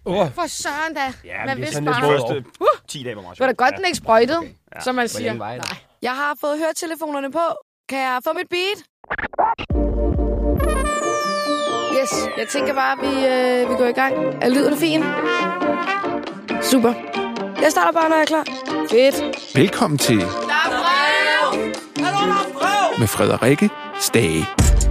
For søren da. Ja, man det er vidste sådan bare. lidt første 10 dage var meget Det var da godt, den ikke sprøjtede, som man siger. længe var I der? Nej. Jeg har fået høretelefonerne på. Kan jeg få mit beat? Yes, jeg tænker bare, vi går i gang. Er lyden fin? Super. Jeg starter bare, når jeg er klar. Fedt. Velkommen til Der er brev! med Frederikke Stage.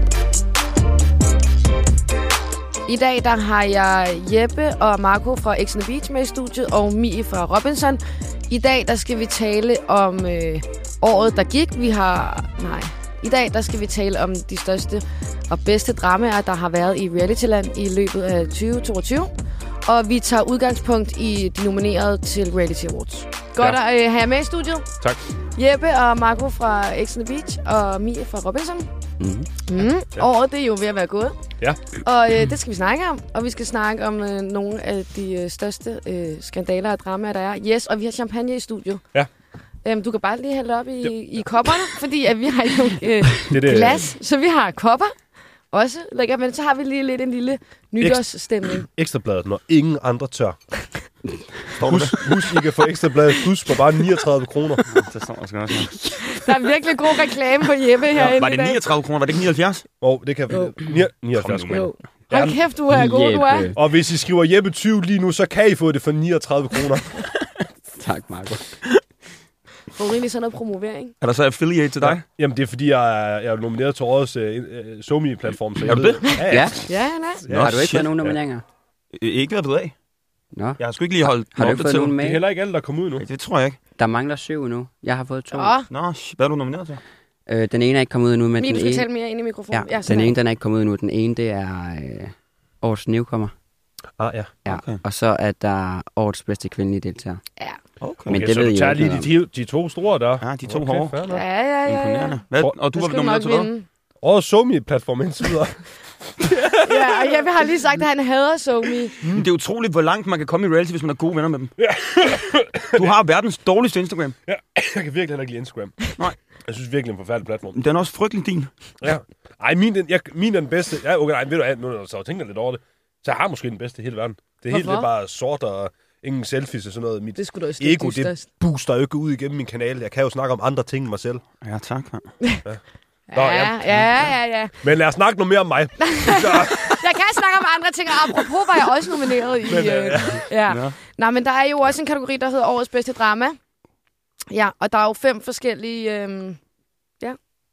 I dag der har jeg Jeppe og Marco fra X on the Beach med i studiet, og Mie fra Robinson. I dag der skal vi tale om året, der gik. I dag der skal vi tale om de største og bedste dramaer, der har været i Realityland i løbet af 2022. Og vi tager udgangspunkt i de nominerede til Reality Awards. Godt at have jer med i studiet. Tak. Jeppe og Marco fra X on the Beach og Mie fra Robinson. Året det er jo ved at være gået. Ja. Og det skal vi snakke om. Og vi skal snakke om nogle af de største skandaler og dramaer, der er. Yes, og vi har champagne i studiet. Ja. Du kan bare lige hælde op i kopperne, fordi at vi har jo Det. glas, så vi har kopper også. Men så har vi lige lidt en lille nytårsstemning. Ekstrabladet, når ingen andre tør. Husk, I kan få Ekstrabladet plus for bare 39 kroner. Det står også godt. Der er virkelig god reklame på Jeppe herinde. Var det 39 kroner? Var det ikke 79? Det kan vi. 79 kroner. Jo. Hold kæft, du er god, du er. Og hvis I skriver Jeppe 20 lige nu, så kan I få det for 39 kroner. Tak, Marco. Får du egentlig sådan noget promovering? Er der så affiliate til dig? Jamen, det er fordi, jeg er nomineret til årets SoMe-platform. Er du det? Ja, nej. Nå, Har du ikke shit. fået nogen nomineringer? Ikke været blevet af. Nå. Jeg har sgu ikke lige holdt Har du ikke fået nogen Det er med? heller ikke alle, der er kommet ud nu. Det tror jeg ikke. Der mangler 7 nu. Jeg har fået 2. Nå, hvad er du nomineret til? Den ene er ikke kommet ud endnu, men Mie, den du skal ene... tale mere ind i mikrofonen. Ja, den sådan ene den er ikke kommet ud endnu. Den ene, det er årets newcomer. Ja. Ja. Okay. Og så er der årets bedste kvindelige deltager. Ja. Okay. Men Okay, det så ved du jeg tager ikke lige de to store der. Ja, de to hårde. fair nok. Ja. Imponerende. Hvad? Og du Det var skal nomineret nok til hvad? vinde. Årets SoMe-platform indtil videre. Ja, og Jeppe har lige sagt, at han hader SoMe. Men det er utroligt, hvor langt man kan komme i reality, hvis man er gode venner med dem. Du har verdens dårligste Instagram. Ja, jeg kan virkelig heller ikke lide Instagram. Nej. Jeg synes virkelig, det er en forfærdelig platform. Den er også frygtelig din. Ja. Ej, min er den bedste. Ja, okay, ved du hvad, nu så tænker jeg lidt over det. Så jeg har måske den bedste i hele verden. Det er helt Hvorfor? det bare sort og ingen selfies og sådan noget. Mit Det skulle du også ego, det booster jo ikke ud igennem min kanal. Jeg kan jo snakke om andre ting end mig selv. Ja, tak. Man. Nå, Ja. Men lad os snakke noget mere om mig. Jeg kan snakke om andre ting, og apropos var jeg også nomineret i... Ja. Nå, men der er jo også en kategori, der hedder Årets bedste drama. Ja, og der er jo 5 forskellige... Ja.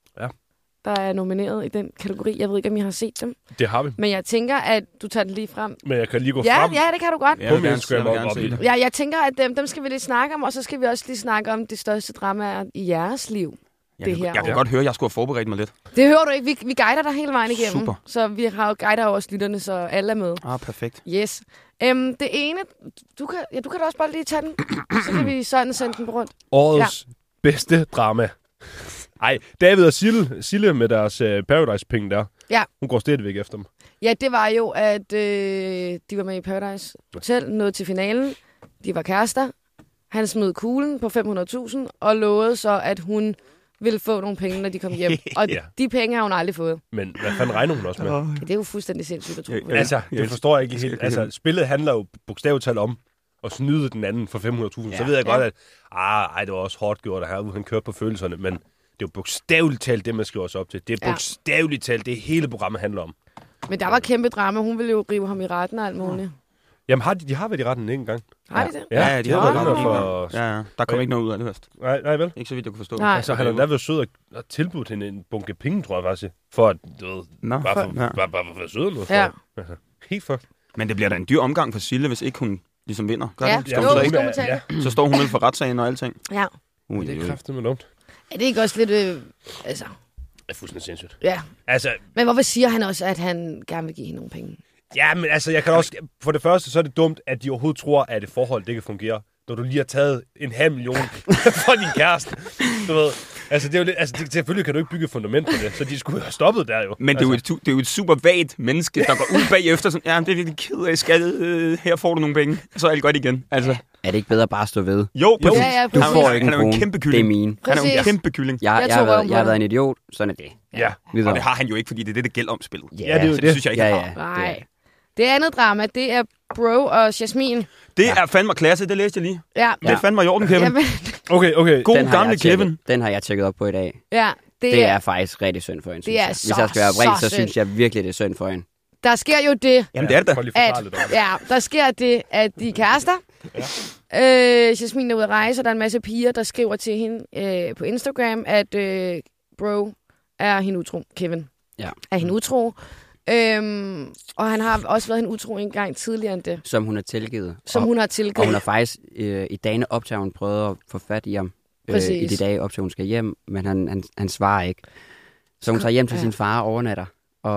Der er nomineret i den kategori. Jeg ved ikke, om I har set dem. Det har vi. Men jeg tænker, at du tager den lige frem. Men jeg kan lige gå Ja, frem ja, det kan du godt. Jeg på vil min gerne- Instagram jeg vil gerne og se det. Ja, jeg tænker, at dem skal vi lige snakke om, og så skal vi også lige snakke om de største dramaer i jeres liv. Jeg kan godt høre, at jeg skulle have forberedt mig lidt. Det hører du ikke. Vi guider dig hele vejen igennem. Super. Så vi har jo guider også lytterne, så alle er med. Perfekt. Yes. Det ene, du kan da også bare lige tage den. Så kan vi sådan sende den på rundt. årets bedste drama. Ej, David og Sille med deres Paradise-penge der. Ja. Hun går stadigvæk efter dem. Ja, det var jo, at de var med i Paradise Hotel, nåede til finalen. De var kærester. Han smed kuglen på 500.000 og lovede så, at hun ville få nogle penge, når de kom hjem. Og Ja. de penge har hun aldrig fået. Men hvad fanden regner hun også med? Ja, det er jo fuldstændig sindssygt at tro. Ja. Altså, det forstår jeg ikke helt. elsker Altså, hende. spillet handler jo bogstaveligt talt om at snyde den anden for 500.000. Så ved jeg godt, at det var også hårdt gjort, at han kørte på følelserne, men det er jo bogstaveligt talt det, man skriver os op til. Det er bogstaveligt talt det, hele programmet handler om. Men der var kæmpe drama. Hun ville jo rive ham i retten og alt muligt. Jamen, de har været i retten en gang. Har de det? Ja, de har været været inde inde for... Ja, der kom ikke noget ud af det først. Nej, vel? Ikke så vidt, jeg kunne forstå. Nej. Altså, han har da været sød og tilbudt hende en bunke penge, tror jeg faktisk. For at, du ved, Nå, bare for ja. at være sød eller noget. Ja. Altså, helt fucked. Men det bliver da en dyr omgang for Sille, hvis ikke hun ligesom vinder. Gør Ja, det? jo, Skal hun så det ikke? skal hun betale. Ja, Så står hun vel for retssagen og alting. Ja. det er kraftedeme dumt. Er det ikke også lidt... altså, Det er fuldstændig sindssygt. ja. Altså, Men hvorfor siger han også, at han gerne vil give hende nogle penge? ja, men altså, jeg kan også... For det første, så er det dumt, at de overhovedet tror, at et forhold, det kan fungere, når du lige har taget 500.000 fra din kæreste. Du ved, altså, det er jo lidt, altså, selvfølgelig kan du ikke bygge et fundament på det, så de skulle have stoppet der jo. Men det er jo et super vagt menneske, der går ud bagefter sådan, ja, det er virkelig ked af, skat, her får du nogle penge, så er alt godt igen. Altså, Er det ikke bedre bare at stå ved? jo, præcis. Ja, Du præcis. får ikke Han en er jo en krone. kæmpe Det er kylling. mine. Han er jo en Præcis. kæmpe kylling. Jeg Jeg har tog røven været på en idiot. Sådan er det. Ja. Videre. Og det har han jo ikke, fordi det er det gælder om spillet. Ja, det er jo Så det det. synes jeg ikke, Ja, han har. ja. Nej. Det andet drama, det er Bro og Jasmin. Det er fandme klasse, det læste jeg lige. Ja. Det er fandme i orden, Kevin. Jamen, Okay. God gamle Kevin. Den har jeg tjekket op på i dag. ja, Det er faktisk rigtig synd for hende, synes jeg. Hvis jeg skal være oprigtig, så synes jeg virkelig, det er synd for hende. der sker jo det, Jamen, det er det da. Prøv lige at forklare lidt om det. ja, der sker det, at de er kærester. Jasmin er ude at rejse, og der er en masse piger, der skriver til hende på Instagram, at Bro er hende utro. Kevin er hende utro. Og han har også været hende utro en gang tidligere end det. Som hun har tilgivet. Hun har tilgivet. Og hun har faktisk i dagene op til, hun prøvet at få fat i ham. I de dage op til, hun skal hjem, men han svarer ikke. Så hun tager hjem til sin far og overnatter.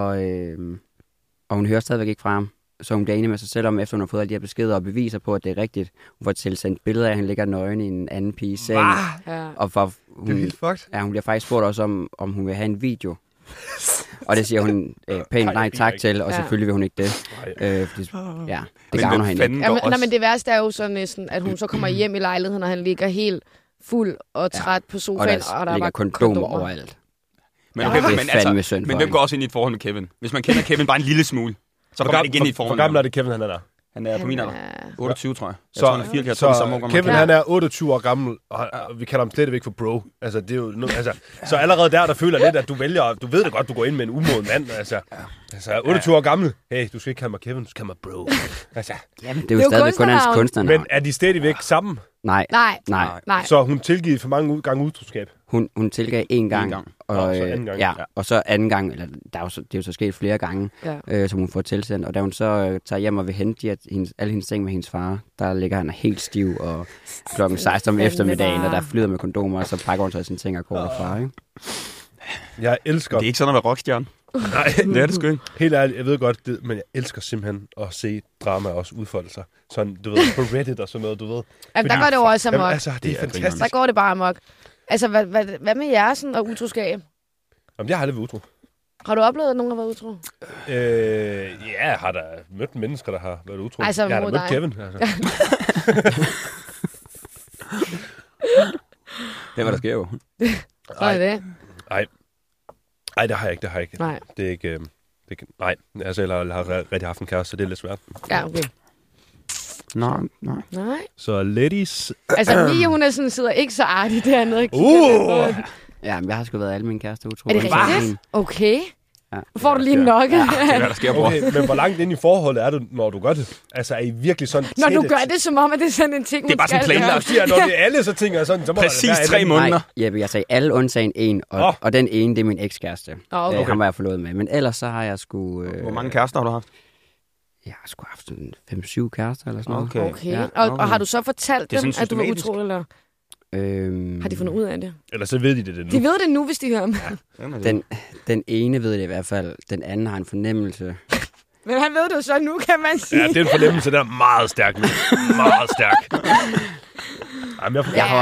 Og hun hører stadigvæk ikke fra ham. Så hun bliver enig med sig selv om, efter hun har fået alle de her beskeder og beviser på, at det er rigtigt. Hun får tilsendt billeder af, at han ligger nøgen i en anden piges seng. Ja. Og for, Det er helt fucked. Ja, hun bliver faktisk spurgt også om hun vil have en video. Og det siger hun pænt nej tak til, og selvfølgelig vil hun ikke det. Fordi, ja, det gavner hende ikke. Men det værste er jo så næsten, at hun så kommer hjem i lejligheden, og han ligger helt fuld og træt på sofaen, og der ligger kondomer overalt. Men hvem går også ind i et forhold med Kevin? Hvis man kender Kevin bare en lille smule, så går man ikke ind i et forhold. Hvor gammel er det Kevin, han er der? Han er på min alder. 28, tror jeg. Så Kevin, han er 28 år gammel, og vi kalder ham stadigvæk for bro. Altså, det er jo så allerede der føler lidt, at du vælger, du ved det godt, du går ind med en umoden mand. Altså 28 år gammel. Hey, du skal ikke kalde mig Kevin, du skal kalde mig bro. Altså. Jamen, det er jo stadigvæk kun hans kunstnernavn. Men er de stadigvæk sammen? Nej. Så hun tilgivet for mange gange utroskab? Hun tilgav én gang. Og så anden gang. Ja, og så anden gang, eller det er jo så sket flere gange, som hun får tilsendt. Og da hun så tager hjem og vil hente alle hendes ting med hendes far, der ligger han helt stiv, og klokken 16 om eftermiddagen, og der flyder med kondomer, og så pakker hun så sine ting og går derfra, ikke? Jeg elsker... Det er ikke sådan at være rockstjerne. Nej, det er det sgu ikke. Helt ærligt, jeg ved godt det, men jeg elsker simpelthen at se drama også udfolde sig. Sådan, du ved, på Reddit og sådan noget, du ved. Jamen, der går det jo også amok. Altså, det er fantastisk. Der går det bare amok. Altså, hvad med jer sådan, og utroskab? Jamen, jeg har aldrig været utro. Har du oplevet, at nogen har været utro? Ja, jeg har da mødt mennesker, der har været utro. Altså, jeg har da mødt Kevin. Altså. Det er, hvad der sker jo. Så er det. Nej, det har jeg ikke. Nej. Det er ikke... nej, altså, jeg har rigtig haft en kæreste, så det er lidt svært. Ja, okay. Nej. Så ladies... Altså, Mia, hun er sådan, sidder ikke så artig dernede og kigger. Ja, men jeg har sgu været alle mine kærester utro. Er det rigtigt? Okay. Ja. Får du lige nok? Ja, det er, hvad der sker, bror. Okay, men hvor langt ind i forholdet er du, når du gør det? Altså, er I virkelig sådan når du gør det, som om, at det er sådan en ting, det er bare sådan planlagt. Ja, når det er alle, så tænker jeg sådan, så må præcis der 3 måneder. Nej, Jeppe, jeg sagde alle undtagen en, og den ene, det er min ekskæreste. Okay. Han var jeg forlovet med. Men ellers så har jeg sgu... Hvor mange kærester har du haft? Jeg har sgu haft 5-7 kærester eller sådan noget. Okay. Ja. Og har du så fortalt dem, at du var utro, eller? Har de fundet ud af det? Eller så ved de det nu. De ved det nu, hvis de hører dem. Ja, den ene ved det i hvert fald. Den anden har en fornemmelse. Men han ved det jo så nu, kan man sige. Ja, det er en fornemmelse, der er meget stærk. Meget stærk. Jamen,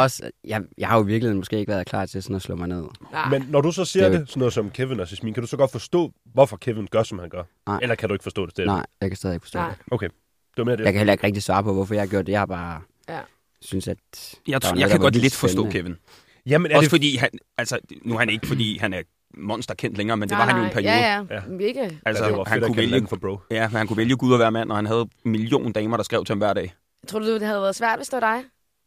jeg har jo virkelig måske ikke været klar til sådan at slå mig ned. Ja. Men når du så ser det, sådan noget som Kevin og Jasmin, kan du så godt forstå, hvorfor Kevin gør, som han gør? Nej. Eller kan du ikke forstå det stadig? Nej, jeg kan stadig ikke forstå det. Okay, det var mere det. Jeg kan heller ikke rigtig svare på, hvorfor jeg har gjort det. Jeg har bare synes, at... Jeg kan godt lidt forstå Kevin. Jamen, også fordi han... Altså, nu er han ikke, fordi han er monsterkendt længere, men det var han jo en periode. Ja. Mega. Altså, han kunne vælge for bro. Ja, men han kunne vælge Gud at være mand, og han havde 1 million damer, der skrev til ham hver dag. Tror du, det havde været svært, hvis det var dig?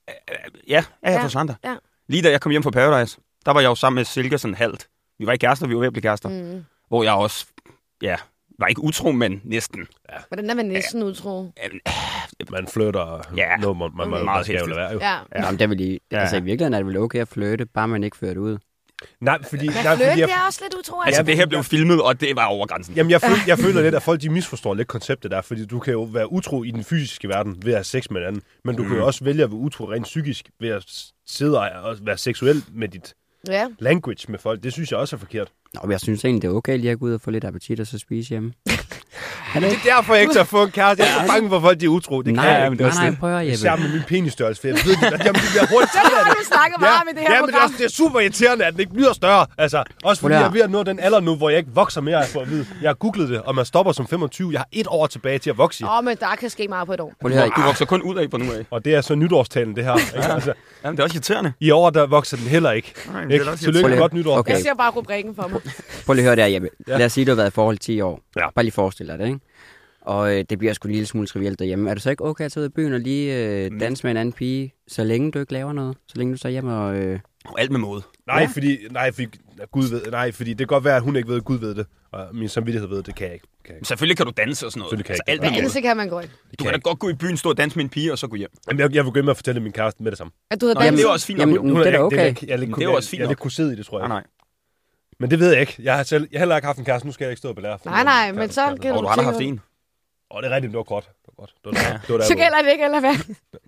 Ja, for Sandra. Ja. Lige da jeg kom hjem fra Paradise, der var jeg jo sammen med Silke sådan halvt. Vi var ikke kærester, vi var ved at blive kærester. Hvor jeg også, var ikke utro, men næsten. Ja. Hvordan er man næsten utro? Man flytter, man meget skal jo lade være. Jo. Ja. Jamen, det vil lige, altså i virkeligheden er det vel okay at flytte, bare man ikke fører det ud. Nej, fordi... Men flytte, det er også lidt utro. Altså, det her blev filmet, og det var over grænsen. Jamen, jeg føler lidt, at folk de misforstår lidt konceptet der, fordi du kan jo være utro i den fysiske verden ved at have sex med en anden, men du kan jo også vælge at være utro rent psykisk ved at sidde og være seksuel med dit language med folk. Det synes jeg også er forkert. Nå, men jeg synes egentlig, det er okay lige at gå ud og få lidt appetit og så spise hjemme. Det er derfor, jeg ikke tør få en kæreste. Jeg er så bange for, folk de er utro. Det nej, prøv at Jeppe. Især med min penisstørrelse, for jeg ved, at de bliver hurtigt træt af det. Du snakker meget med det her program. Men det er super irriterende, at den ikke bliver større. Altså, også fordi jeg er ved at nå den alder nu, hvor jeg ikke vokser mere. Jeg har googlet det, og man stopper som 25. Jeg har 1 år tilbage til at vokse i. Men der kan ske meget på et år. Du vokser kun ud af på nu af. Og det er så nytårstalen, det her. Altså, jamen, det er også irriterende. I år, der vokser den heller ikke. Tillykke godt nytår. Jeg ser bare rubrikken for mig. Prøv lige at høre det her, Jeppe. Lad os sige, du har været i forhold 10 år. Bare lige forestil dig det, ikke? Og det bliver sgu en lille smule trivielt derhjemme. Er du så ikke okay at tage ud i byen og lige danse med en anden pige, så længe du ikke laver noget? Så længe du tager hjem og... Alt med måde. Fordi det kan godt være, at hun ikke ved, at Gud ved det. Og min samvittighed ved det, kan jeg ikke. Selvfølgelig kan du danse og sådan noget. Selvfølgelig kan alt med måde. Kan man godt. Du kan da godt gå i byen, stå og danse med en pige, og så gå hjem. Jamen, jeg vil gå med at fortælle min kæreste med det samme. At du havde danset? Det er også fint. Det er da okay. Det er også fint. Jeg er lidt kurset i det, tror jeg. Nej. Men det ved jeg ikke. Jeg har heller ikke haft en kæreste. Nu skal jeg ikke stå og belære. Nej, men så kan du... Du har da haft en. Det er rigtigt, det var godt. Så gælder det ikke, eller hvad?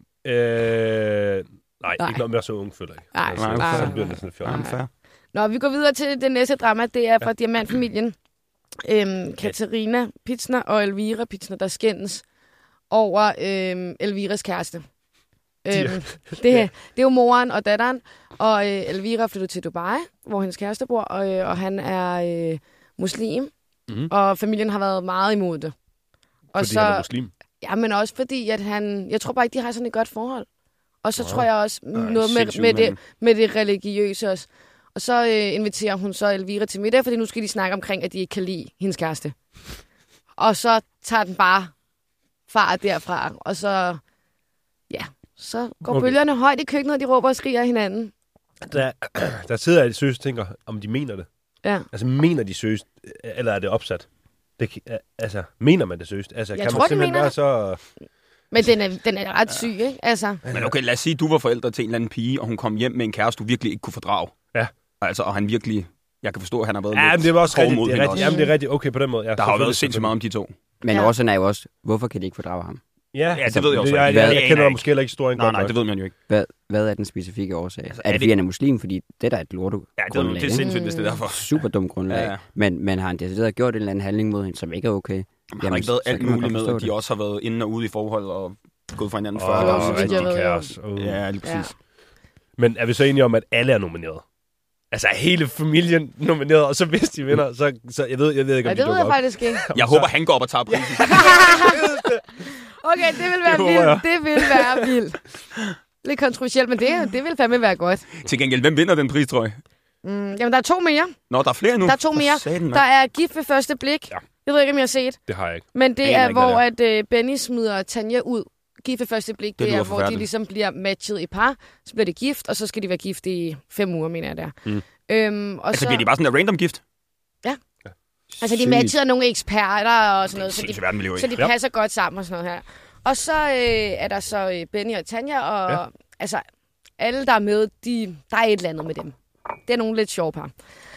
Nej, ikke noget mere så unge, føler jeg. Nej. Så bliver det sådan lidt fjort. Nå, vi går videre til det næste drama. Det er fra Diamantfamilien. Katarina Pitsner og Elvira Pitsner, der skændes over Elviras kæreste. Det er jo moren og datteren, og Elvira flyttede til Dubai, hvor hendes kæreste bor, og han er muslim, og familien har været meget imod det. Og fordi han er muslim? Ja, men også fordi, at jeg tror bare ikke, de har sådan et godt forhold. Og så tror jeg også noget med det religiøse også. Og så inviterer hun så Elvira til middag, fordi nu skal de snakke omkring, at de ikke kan lide hendes kæreste. Og så tager den bare far derfra, og så går bølgerne højt i køkkenet, og de råber og skriger af hinanden. Der sidder jeg seriøst og tænker, om de mener det. Ja. Altså, mener de seriøst, eller er det opsat? Mener man det seriøst? Altså, jeg kan tror, man simpelthen de mener så... Men den er ret syg, ikke? Altså. Men okay, lad os sige, at du var forældre til en eller anden pige, og hun kom hjem med en kæreste, du virkelig ikke kunne fordrage. Ja. Altså, og han virkelig... Jeg kan forstå, at han har været lidt det var også rigtigt, det er rigtigt. Jamen, det er rigtigt. Okay, på den måde. Ja, der har jo været sindssygt meget om de to. Men årsagen er jo også, hvorfor kan de ikke fordrage ham? Ja, det ved jeg også. Jeg kender måske heller ikke historien godt. Nej, det ved man jo ikke. Hvad er den specifikke årsag? Altså, er det fordi, han er muslim? Fordi det der er et lortegrundlag. Det er sindssygt, hvis det er derfor. Super dumt grundlag. Ja. Men har han decideret gjort en eller anden handling mod hende, som ikke er okay? Har der ikke været alt muligt med, at de også har været inde og ude i forhold og gået fra hinanden før? Ja, lige præcis. Men er vi så enige om, at alle er nomineret? Altså hele familien nomineret, og så hvis de vinder, så jeg ved ikke, om de dukker op. Det ved jeg faktisk ikke. Jeg håber, han går op og tager prisen. Okay, det vil være vildt. Det vil være vildt. Lidt kontroversielt, men det vil fandme være godt. Til gengæld, hvem vinder den pris, tror jeg? Jamen, der er 2 mere. Nå, der er flere nu? Der er 2 mere. Der er Gift ved første blik. Ja. Jeg ved ikke, om jeg har set. Det har jeg ikke. Men det er, hvor at Benny smider Tanja ud. Gift ved første blik, det er, hvor de ligesom bliver matchet i par. Så bliver det gift, og så skal de være gift i 5 uger, mener jeg der. Og altså, bliver de bare sådan en random gift? Ja. Altså, de matcher nogle eksperter og sådan noget, så de passer godt sammen og sådan noget her. Og så er der så Benny og Tanja, og altså, alle, der er med, der er et eller andet med dem. Det er nogle lidt sjove par.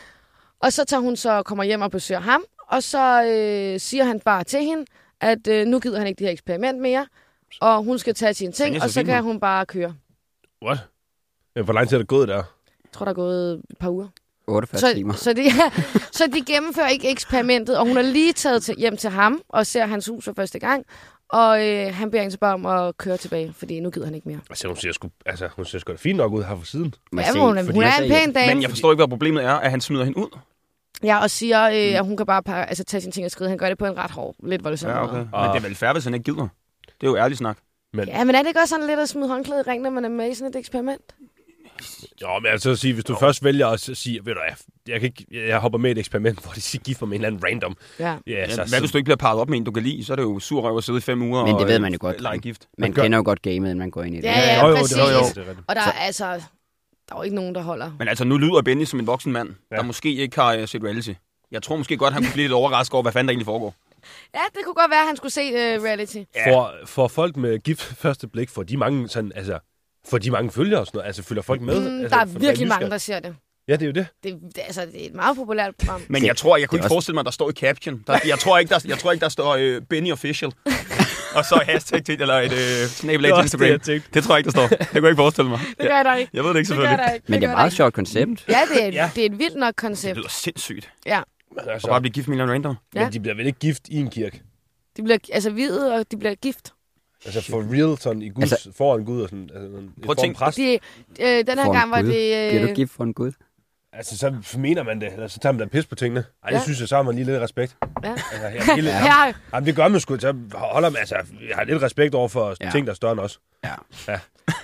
Og så tager hun kommer hjem og besøger ham, og så siger han bare til hende, at nu gider han ikke det her eksperiment mere, og hun skal tage sine ting, og så kan hun bare køre. What? Hvor lang tid er det gået der? Jeg tror, der er gået et par uger. 48 timer. Så de gennemfører ikke eksperimentet, og hun er lige taget hjem til ham og ser hans hus for første gang. Og han beder hende bare om at køre tilbage, fordi nu gider han ikke mere. Altså, hun ser sgu da fint nok ud her for siden. Ja, hun er en pæn dame. Men jeg forstår ikke, hvad problemet er, at han smider hende ud. Ja, og siger, at hun kan bare tage sine ting og skride. Han gør det på en ret hård, lidt voldsom måde. Okay. Men det er vel fair, hvis han ikke gider. Det er jo ærlig snak. Men er det ikke også sådan lidt at smide håndklæde i ringen, når man er med i sådan et eksperiment? Jo, men altså at sige, hvis du først vælger at sige, ved du, jeg hopper med et eksperiment, hvor de siger, gift mig med en eller anden random. Ja. Hvad hvis du ikke bliver parret op med en, du kan lide, så er det jo surrøv at sidde i 5 uger. Men det ved man jo godt. Gift. Man kender jo godt gamet, inden man går ind i det. Ja, præcis. Og der er jo ikke nogen, der holder. Men altså, nu lyder Benny som en voksen mand, der måske ikke har set reality. Jeg tror måske godt, han kunne blive lidt overrasket over, hvad fanden der egentlig foregår. Ja, det kunne godt være, at han skulle se reality. For folk med gift første blik, får de mange sådan, altså, får de mange følgere og sådan noget? Altså, følger folk med? Der er virkelig mange, der ser det. Ja, det er jo det. Det er et meget populært program. Men jeg kunne ikke forestille mig, at der står i caption. Jeg tror ikke, der står Benny Official. Og så hashtag til, eller et snabelag til Instagram. Det tror jeg ikke, der står. Det kunne jeg ikke forestille mig. Det gør der ikke. Jeg ved det ikke selvfølgelig. Men det er et meget sjovt koncept. Ja, det er et vildt nok koncept. Det lyder sindssygt. Ja. Og bare blive gift med en random. Ja. Men de bliver vel ikke gift i en kirke? De bliver viet, og de bliver gift. Altså for real, sådan i Guds, foran Gud og sådan. Prøv at tænke. Den her gang var det... Bliver du gift for en Gud? Altså, så mener man det, eller så tager man da pis på tingene. Ej, det synes jeg, så har man lige lidt respekt. Ja. Altså, jamen, det gør man sgu. Så holder man, altså, jeg har lidt respekt over for ting, der er større end os. Ja.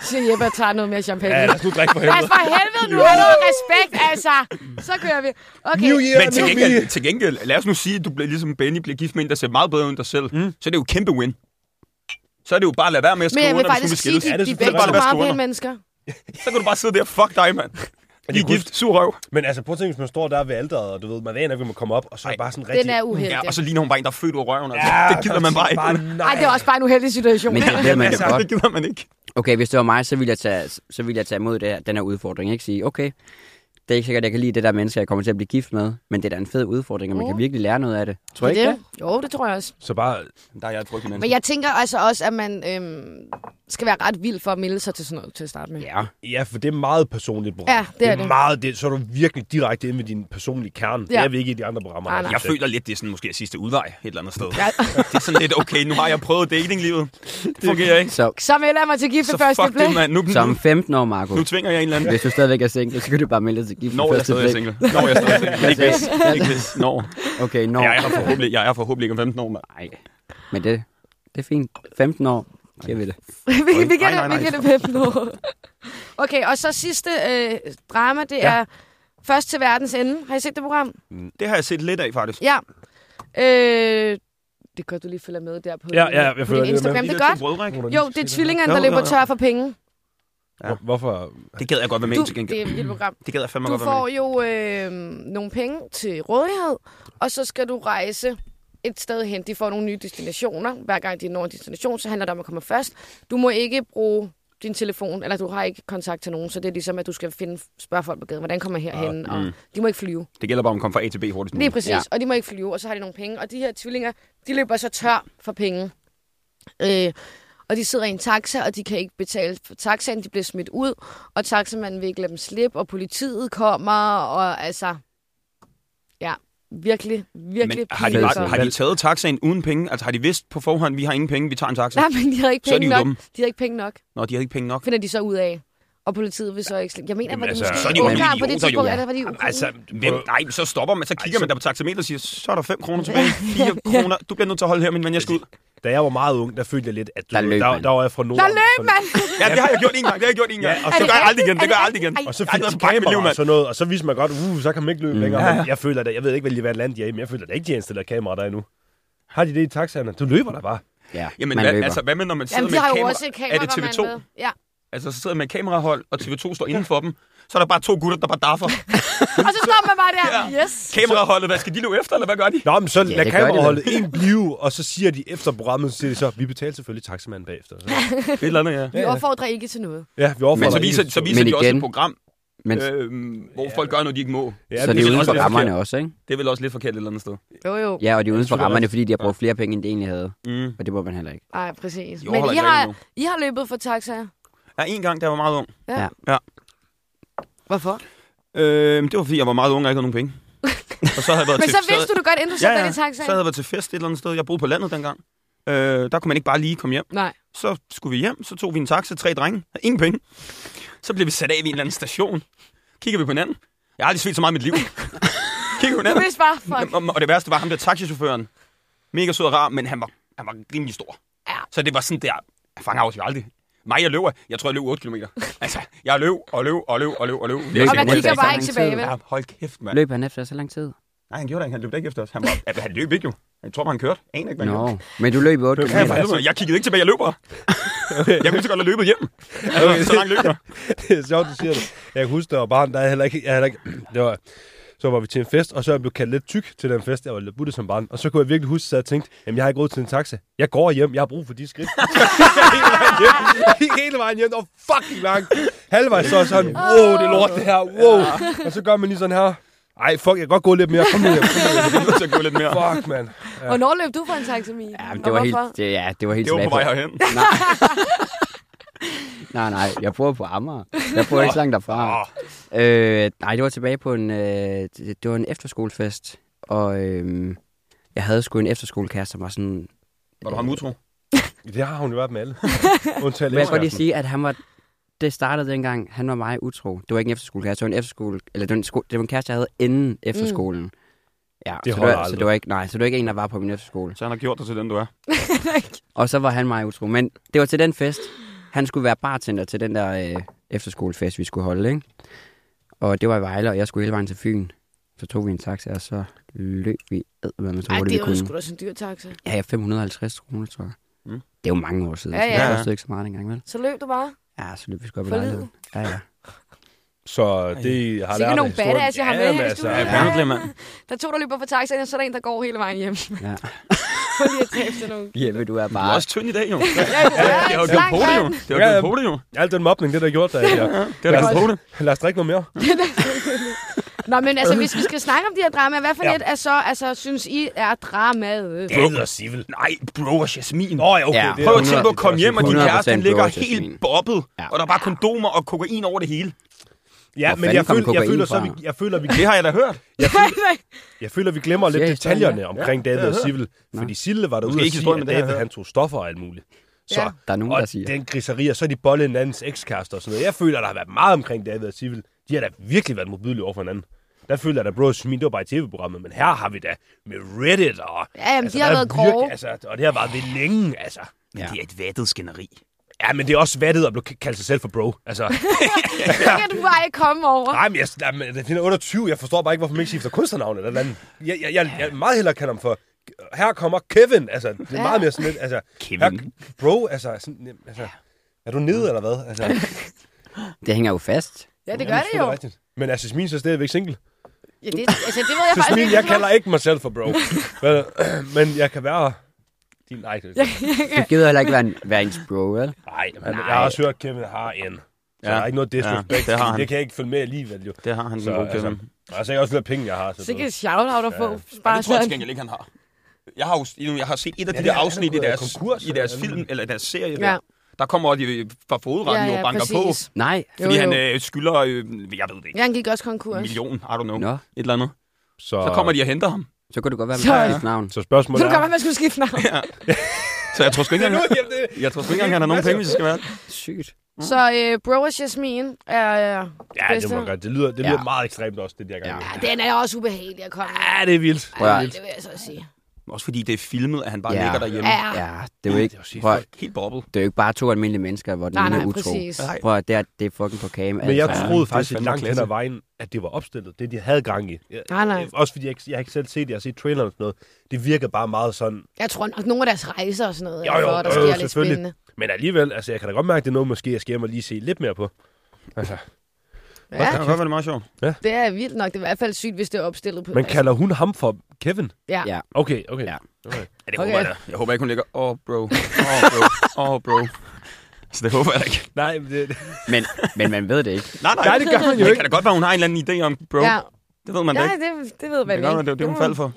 siger Jeppe og tager noget mere champagne. Ja, lad os nu drikke for helvede. Altså for helvede, nu har noget respekt, altså. Så kører vi. Okay. New Year, Men til gengæld, lad os nu sige, at du bliver ligesom Benny bliver gift med en, der ser meget bedre ud end dig selv. Så er det jo kæmpe win. Så er det jo bare at lade være med at skrive under, hvis du vil skilles. Men jeg vil faktisk sige, de er begge så meget pæne mennesker. Så kan du bare sidde der, fuck dig, mand. De er gift, sur røv. Men altså, prøv at tænke, hvis man står der ved alderet, og du ved, man aner ikke, man komme op, og så er det bare sådan rigtig... Den er uheldig. Ja, og så ligner hun bare en, der er født ud af røven. Altså. Det gider man bare ikke. Nej, det er også bare en uheldig situation. Men det man altså, godt. Det gider man ikke. Okay, hvis det var mig, så ville jeg tage imod den her udfordring. Ikke sige, okay, det er ikke sikkert, at jeg kan lide det der menneske, jeg kommer til at blive gift med, men det er da en fed udfordring, og man kan virkelig lære noget af det. Tror du ikke det? Jo, det tror jeg også. Så bare... Der er jeg et frygtelig menneske. Men jeg tænker altså også, at man skal være ret vild for at melde sig til sådan noget til at starte med. Ja, for det er meget personligt program. Ja, det er det. Meget, så er du virkelig direkte inde med din personlige kerne. Ja. Det er vi ikke i de andre programmer. Nej. Jeg føler lidt, det er sådan måske sidste udvej et eller andet sted. Ja. Det er sådan lidt, okay, nu har jeg prøvet datinglivet. Det fungerer ikke. Så melder jeg mig til gift ved første blik. Det, mand. Som 15 år, Marco. Nu tvinger jeg en eller anden. Hvis du stadigvæk er single, så kan du bare melde dig til gift ved første blik. Når jeg stadig er single. Ikke hvis. Når. Okay, når. Jeg er forhåbentlig ikke om 15 år, mand. Nej, men det er fint. 15 år. Giver vi det. vi giver det 15 år. Okay, og så sidste drama, det er Først til verdens ende. Har I set det program? Det har jeg set lidt af, faktisk. Ja. Det gør du lige følger med der på, på din Instagram. Det er godt. Jo, det er tvillingerne, der løber tør for penge. Ja. Hvorfor? Det gad jeg godt være med til gengæld. Det er et vildt program. Det gad jeg fandme godt være med. Du får jo nogle penge til rådighed, og så skal du rejse et sted hen. De får nogle nye destinationer. Hver gang de når en destination, så handler det om at komme først. Du må ikke bruge din telefon, eller du har ikke kontakt til nogen, så det er ligesom, at du skal spørge folk på gaden, hvordan kommer jeg herhen, og de må ikke flyve. Det gælder bare om at komme fra A til B hurtigst. Lige præcis, og de må ikke flyve, og så har de nogle penge. Og de her tvillinger, de løber så tør for penge. Og de sidder i en taxa, og de kan ikke betale for taxaen, de bliver smidt ud, og taxamanden vil ikke lade dem slippe, og politiet kommer, og altså... Ja, virkelig Men har de taget taxaen uden penge? Altså har de vidst på forhånd, vi har ingen penge, vi tager en taxa? Nej, men de har ikke penge nok. Dumme. De har ikke penge nok. Nå, de har ikke penge nok. Finder de så ud af. Og politiet vil så ikke slippe. Jeg mener, jamen, at altså, måske så er de jo på det tidspunkt, idioter, var de altså, nej, så stopper man, så kigger man der på taxameter og siger, så er der 5 kroner tilbage, 4 kroner. Du bliver nødt til at holde her, min ven, jeg skal ud. Da jeg var meget ung, der følte jeg lidt, at der var jeg fra Norden. Der løb, mand! Ja, det har jeg gjort en gang. Ja, og så gør jeg aldrig igen. Og så fik jeg kamera og sådan noget, og så viser man godt, så kan man ikke løbe længere. Men jeg føler da, jeg ved ikke, hvad land de er i, men jeg føler da ikke, de har installeret kamera der endnu. Har de det i taxaerne? Du løber der bare. Ja, jamen, hvad med, når man sidder med et kamera? Er det TV2? Ja. Altså, så sidder man med kamerahold, og TV2 står inden for dem. Så er der bare 2 gutter, der bare daffer. Og så står man bare der. Yes. Kameraholdet, hvad skal de løbe efter, eller hvad gør de? Nå, men så lader kameraholdet en blive, og så siger de efter programmet, så siger de så, vi betaler selvfølgelig taxamanden bagefter. Så. Et eller andet, ja. Vi opfordrer ikke til noget. Ja, vi opfordrer men så viser de også et program, hvor folk gør noget, de ikke må. Ja, så det er uden for rammerne også, ikke? Det er vel også lidt forkert et eller andet sted. Jo. Ja, og de er uden for rammerne, fordi de har brugt flere penge, end de egentlig havde. Og det må man heller ikke. Nej, præcis. Men I har løbet for taxaer? Ja, en gang, da jeg var meget ung. Ja. Hvorfor? Det var fordi, jeg var meget ung og ikke havde nogen penge. Og så havde jeg været men så vidste du godt, inden du satte dig i taxaen? Så havde jeg været til fest et eller andet sted. Jeg boede på landet dengang. Der kunne man ikke bare lige komme hjem. Nej. Så skulle vi hjem, så tog vi en taxa, 3 drenge, ingen penge. Så blev vi sat af i en eller anden station. Kigger vi på hinanden. Jeg har aldrig svedt så meget i mit liv. Kigger på hinanden. Og det værste var ham der taxichaufføren. Mega sød og rar, men han var rimelig stor. Ja. Så det var sådan der, jeg fanger jo aldrig. Jeg løber. Jeg tror, jeg løb 8 kilometer. Altså, jeg løb. Og man kigger bare ikke tilbage, vel? Ja, hold kæft, mand. Løb han efter så lang tid? Nej, han gjorde det ikke. Han løb ikke efter os. Han løb ikke jo. Jeg tror bare, han kørte. Aner ikke, hvad han gjorde. Men du løb 8 kilometer. Jeg kiggede ikke tilbage, jeg løber. Jeg ville så godt have løbet hjem. Så langt løb jeg. Det er sjovt, du siger det. Jeg kan huske, der var barn, der heller ikke... Så var vi til en fest, og så er jeg blevet kaldt lidt tyk til den fest. Jeg var lidt butte som barn. Og så kunne jeg virkelig huske, at jeg tænkte, jamen jeg har ikke råd til en taxa. Jeg går hjem, jeg har brug for de skridt. hele vejen hjem, og fucking langt. Halvvejs så sådan, wow, det er lort det her, wow. Og så gør man lige sådan her. Ej, fuck, jeg kan godt gå lidt mere. Kom nu hjem. Så gå lidt mere. Fuck, mand. Ja. Hvornår løb du for en taxa, Mie? Ja, det var helt tilbage. Det var på vej herhen. Nej, jeg bor på Amager. Jeg bor ikke så langt derfra. Nej, det var tilbage på det var en efterskolefest, og jeg havde sgu en efterskolekæreste, som var sådan... Var du ham utro? Det har hun jo været med alle. Men jeg kan godt lige sige, at han var... Det startede dengang, han var meget utro. Det var ikke en efterskolekæreste, det var en efterskole... Eller det var en kæreste, jeg havde inden efterskolen. Ja, så det var ikke en, der var på min efterskole. Så han har gjort dig til den, du er. Og så var han meget utro. Men det var til den fest, Han skulle være bartender til den der efterskolefest, vi skulle holde, ikke? Og det var i Vejle, og jeg skulle hele vejen til Fyn. Så tog vi en taxa, og så løb vi med så hurtigt vi kunne. Det er jo sgu da sådan en dyr taxa. Ja, 550 kroner, tror jeg. Det er jo mange år siden, ja. Så det kostede ikke så meget engang, vel? Så løb du bare? Ja, så løb vi sgu op i lejligheden. Ja. Så det har lært af nogle badass, jeg har med her i studiet. Mand. Der er 2, der løber på taxaen, og så er der en, der går hele vejen hjem. Ja. For lige at tage efter nogen. Jeppe, du er Du bare... er også tynd i dag, jo. Det har jo gjort på det, jo. Alt den mobning, det der gjort der. Ja. Det har gjort på det. Lad os drikke noget mere. Nå, men altså, hvis vi skal snakke om de her dramaer, hvad for et er så, altså, synes I er dramaet? Bro og Civil. Nej, Bro og Jasmin. Okay. Ja. Prøv at tænke på at komme hjem, og din kæreste den ligger Bro og helt Jasmin. bobbet. Ja. Og der er bare kondomer og kokain over det hele. Ja, Hvor men jeg fanden kom føler kokain så, jeg føler, vi Det har jeg da hørt. Jeg føler, vi glemmer lidt Seriøst, detaljerne ja. omkring David og Civil. Fordi Sille var derude Måske og ikke sige, historien, at men det har jeg David hørt. han tog stoffer og alt muligt. Så, Ja. Der er nogen, og der siger. den griserier, så er de bollet en andens ekskæreste og sådan noget. Jeg føler, der har været meget omkring David og Civil. De har da virkelig været modbydelige over for hinanden. Der føler jeg, at Bro og Jasmin, det var bare i tv-programmet. Men her har vi da med Reddit og... Ja, jamen, de har der er været grove. og det har været ved længe, altså. Men det er et vattet skænderi. Ja, men det er også vattet at kalde sig selv for bro. Altså, Det kan du bare ikke komme over. nej, men det finder 28. Jeg forstår bare ikke, hvorfor man ikke skifter kunstnernavn eller noget andet. Jeg meget hellere kalder ham for... Her kommer Kevin. Altså, det er meget mere sådan lidt... Altså, Kevin. Her, bro, altså, er du nede eller hvad? Altså, Det hænger jo fast. Ja, det gør det jo. Rigtigt. Men altså, Jasmin så er stadigvæk single. Ja, det ved jeg faktisk Jasmin, ikke. jeg kalder ikke mig selv for bro. Men jeg kan være... Din nej. Du gider heller ikke være ens bro, vel? Nej, jeg har også hørt, at Kevin har en. Så der er ikke noget disrespect. det har han. Det kan jeg ikke følge med alligevel, jo. Det har han, den Så, gode Kevin. altså, jeg har også flere penge, jeg har. Så Sikke et shout-out at få. Ja, det tror jeg til gengæld ikke, han har. Jeg har set et af de der afsnit i deres film, eller deres serie. Ja. Der kommer de fra fodretten og banker præcis. på. Nej. Fordi Jo. han skylder, jeg ved det ikke, Ja, han gik også konkurs. en million, I don't know, Nå. et eller andet. Så Så kommer de og henter ham. Så kunne det godt være, Så- med dit navn. Så spørgsmålet Så du kan er... godt, man skulle skifte navn. Så jeg tror sgu ikke engang, han har nogen penge, hvis det skal være. Sygt. Så Bro og Jasmin er Ja, bedste. det må godt. Det lyder Ja. meget ekstremt også, det der gang. Ja, den er også ubehagelig at komme med. Ja, det er vildt. Prøv at- Det vil jeg så sige. Også fordi det er filmet, at han bare Ja. ligger derhjemme. Ja, Ja, det er jo ikke... det er jo Prøv, at- Helt bobbet. det er jo ikke bare 2 almindelige mennesker, hvor den ene er utro. præcis. Nej. Prøv at det er fucking på cam. Men jeg altså. troede det er faktisk fandme langt hen klasse. ad vejen, at det var opstillet. Det, de havde gang i. Nej. Også fordi jeg har ikke selv set det. Jeg har set traileren og sådan noget. Det virker bare meget sådan... Jeg tror nok, nogle af deres rejser og sådan noget, Jo, er for, der sker lidt selvfølgelig. spændende. Men alligevel, altså, jeg kan da godt mærke, at det er noget, måske jeg skal hjem og lige se lidt mere på. Altså, Ja, Det kan godt være det meget sjovt. det er vildt nok. Det er i hvert fald sygt, hvis det er opstillet på. men kalder hun ham for Kevin? Ja. Ja. Okay. Ja. Ja, det Okay. håber jeg da. Jeg håber ikke, hun ligger, bro. Bro. Så det håber jeg da ikke. Nej, det... Men man ved det ikke. Nej, det gør man jo Det ikke. kan da godt være, hun har en eller anden idé om bro. Ja, Det ved man da ja ikke. det ved man Det kan godt være, ikke. det er det, hun faldt for.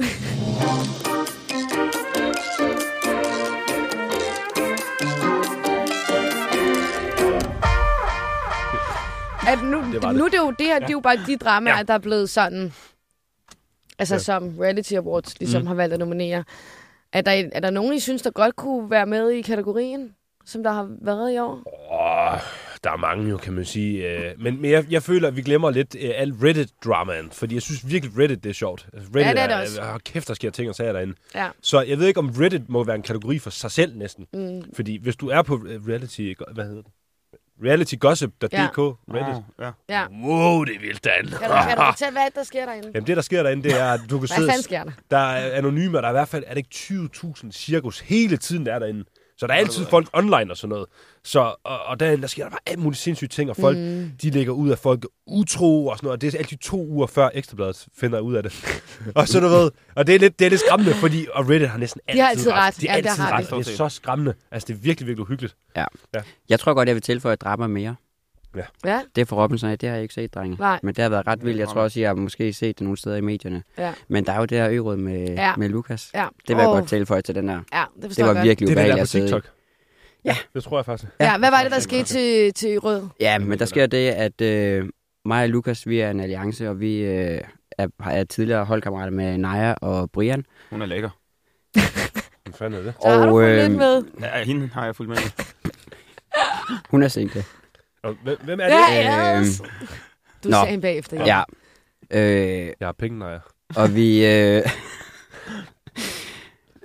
At nu er det jo det her, det er jo bare de dramaer, Ja. der er blevet sådan, altså som Reality Awards ligesom har valgt at nominere. Er der nogen, I synes, der godt kunne være med i kategorien, som der har været i år? Der er mange jo, kan man sige. Men jeg føler, at vi glemmer lidt al Reddit-dramaen. Fordi jeg synes virkelig, Reddit det er sjovt. Altså, Reddit Ja, det er det også. Kæft, der sker ting og sager derinde. Ja. Så jeg ved ikke, om Reddit må være en kategori for sig selv næsten. Fordi hvis du er på reality... Hvad hedder det? Realitygossip.dk, Reddit. Ja. Wow, det er vildt, Dan. Kan du fortælle, hvad der sker derinde? Jamen det, der sker derinde, det er, at du kan Hvad sidde... fanden sker der? Der er anonyme, og der er i hvert fald, er det ikke 20.000 cirkus hele tiden, der er derinde. Så der er altid folk online og sådan noget. Så, og derinde, der sker der bare alt muligt sindssyge ting, og folk, de lægger ud af folk utro og sådan noget. Og det er altid 2 uger før Ekstrabladet finder ud af det. Og så du ved, og det er lidt skræmmende, fordi og Reddit har næsten altid, har altid ret. De har Ja, det altid har ret. de. Det er så skræmmende. Altså, det er virkelig, virkelig uhyggeligt. Ja. Ja. Jeg tror godt, jeg vil tilføje drama mere. Ja, Det er for Robinson, det har jeg ikke set, drenge. Nej. Men det har været ret vildt. Jeg tror også, jeg har måske set det nogle steder i medierne. ja, Men der er jo det her ø-råd med Lukas. ja. Det vil jeg godt tilføje til den der. Ja, det forstår Det jeg var godt. virkelig Det er det ubehageligt der på at sidde i. TikTok. Ja. Det tror jeg faktisk. Ja, hvad var det, der skete til Rød? Ja, men der sker det, at mig og Lukas, vi er en alliance, og vi er tidligere holdkammerater med Naja og Brian. Hun er lækker. Hvad fanden er det? Så har du fulgt lidt med? Ja, hende har jeg fulgt med. Hun er single. Og hvem er det? Ja, Øhm, yes. Du nå. sagde hende bagefter. Ja. Jeg har penge, nej. Og vi...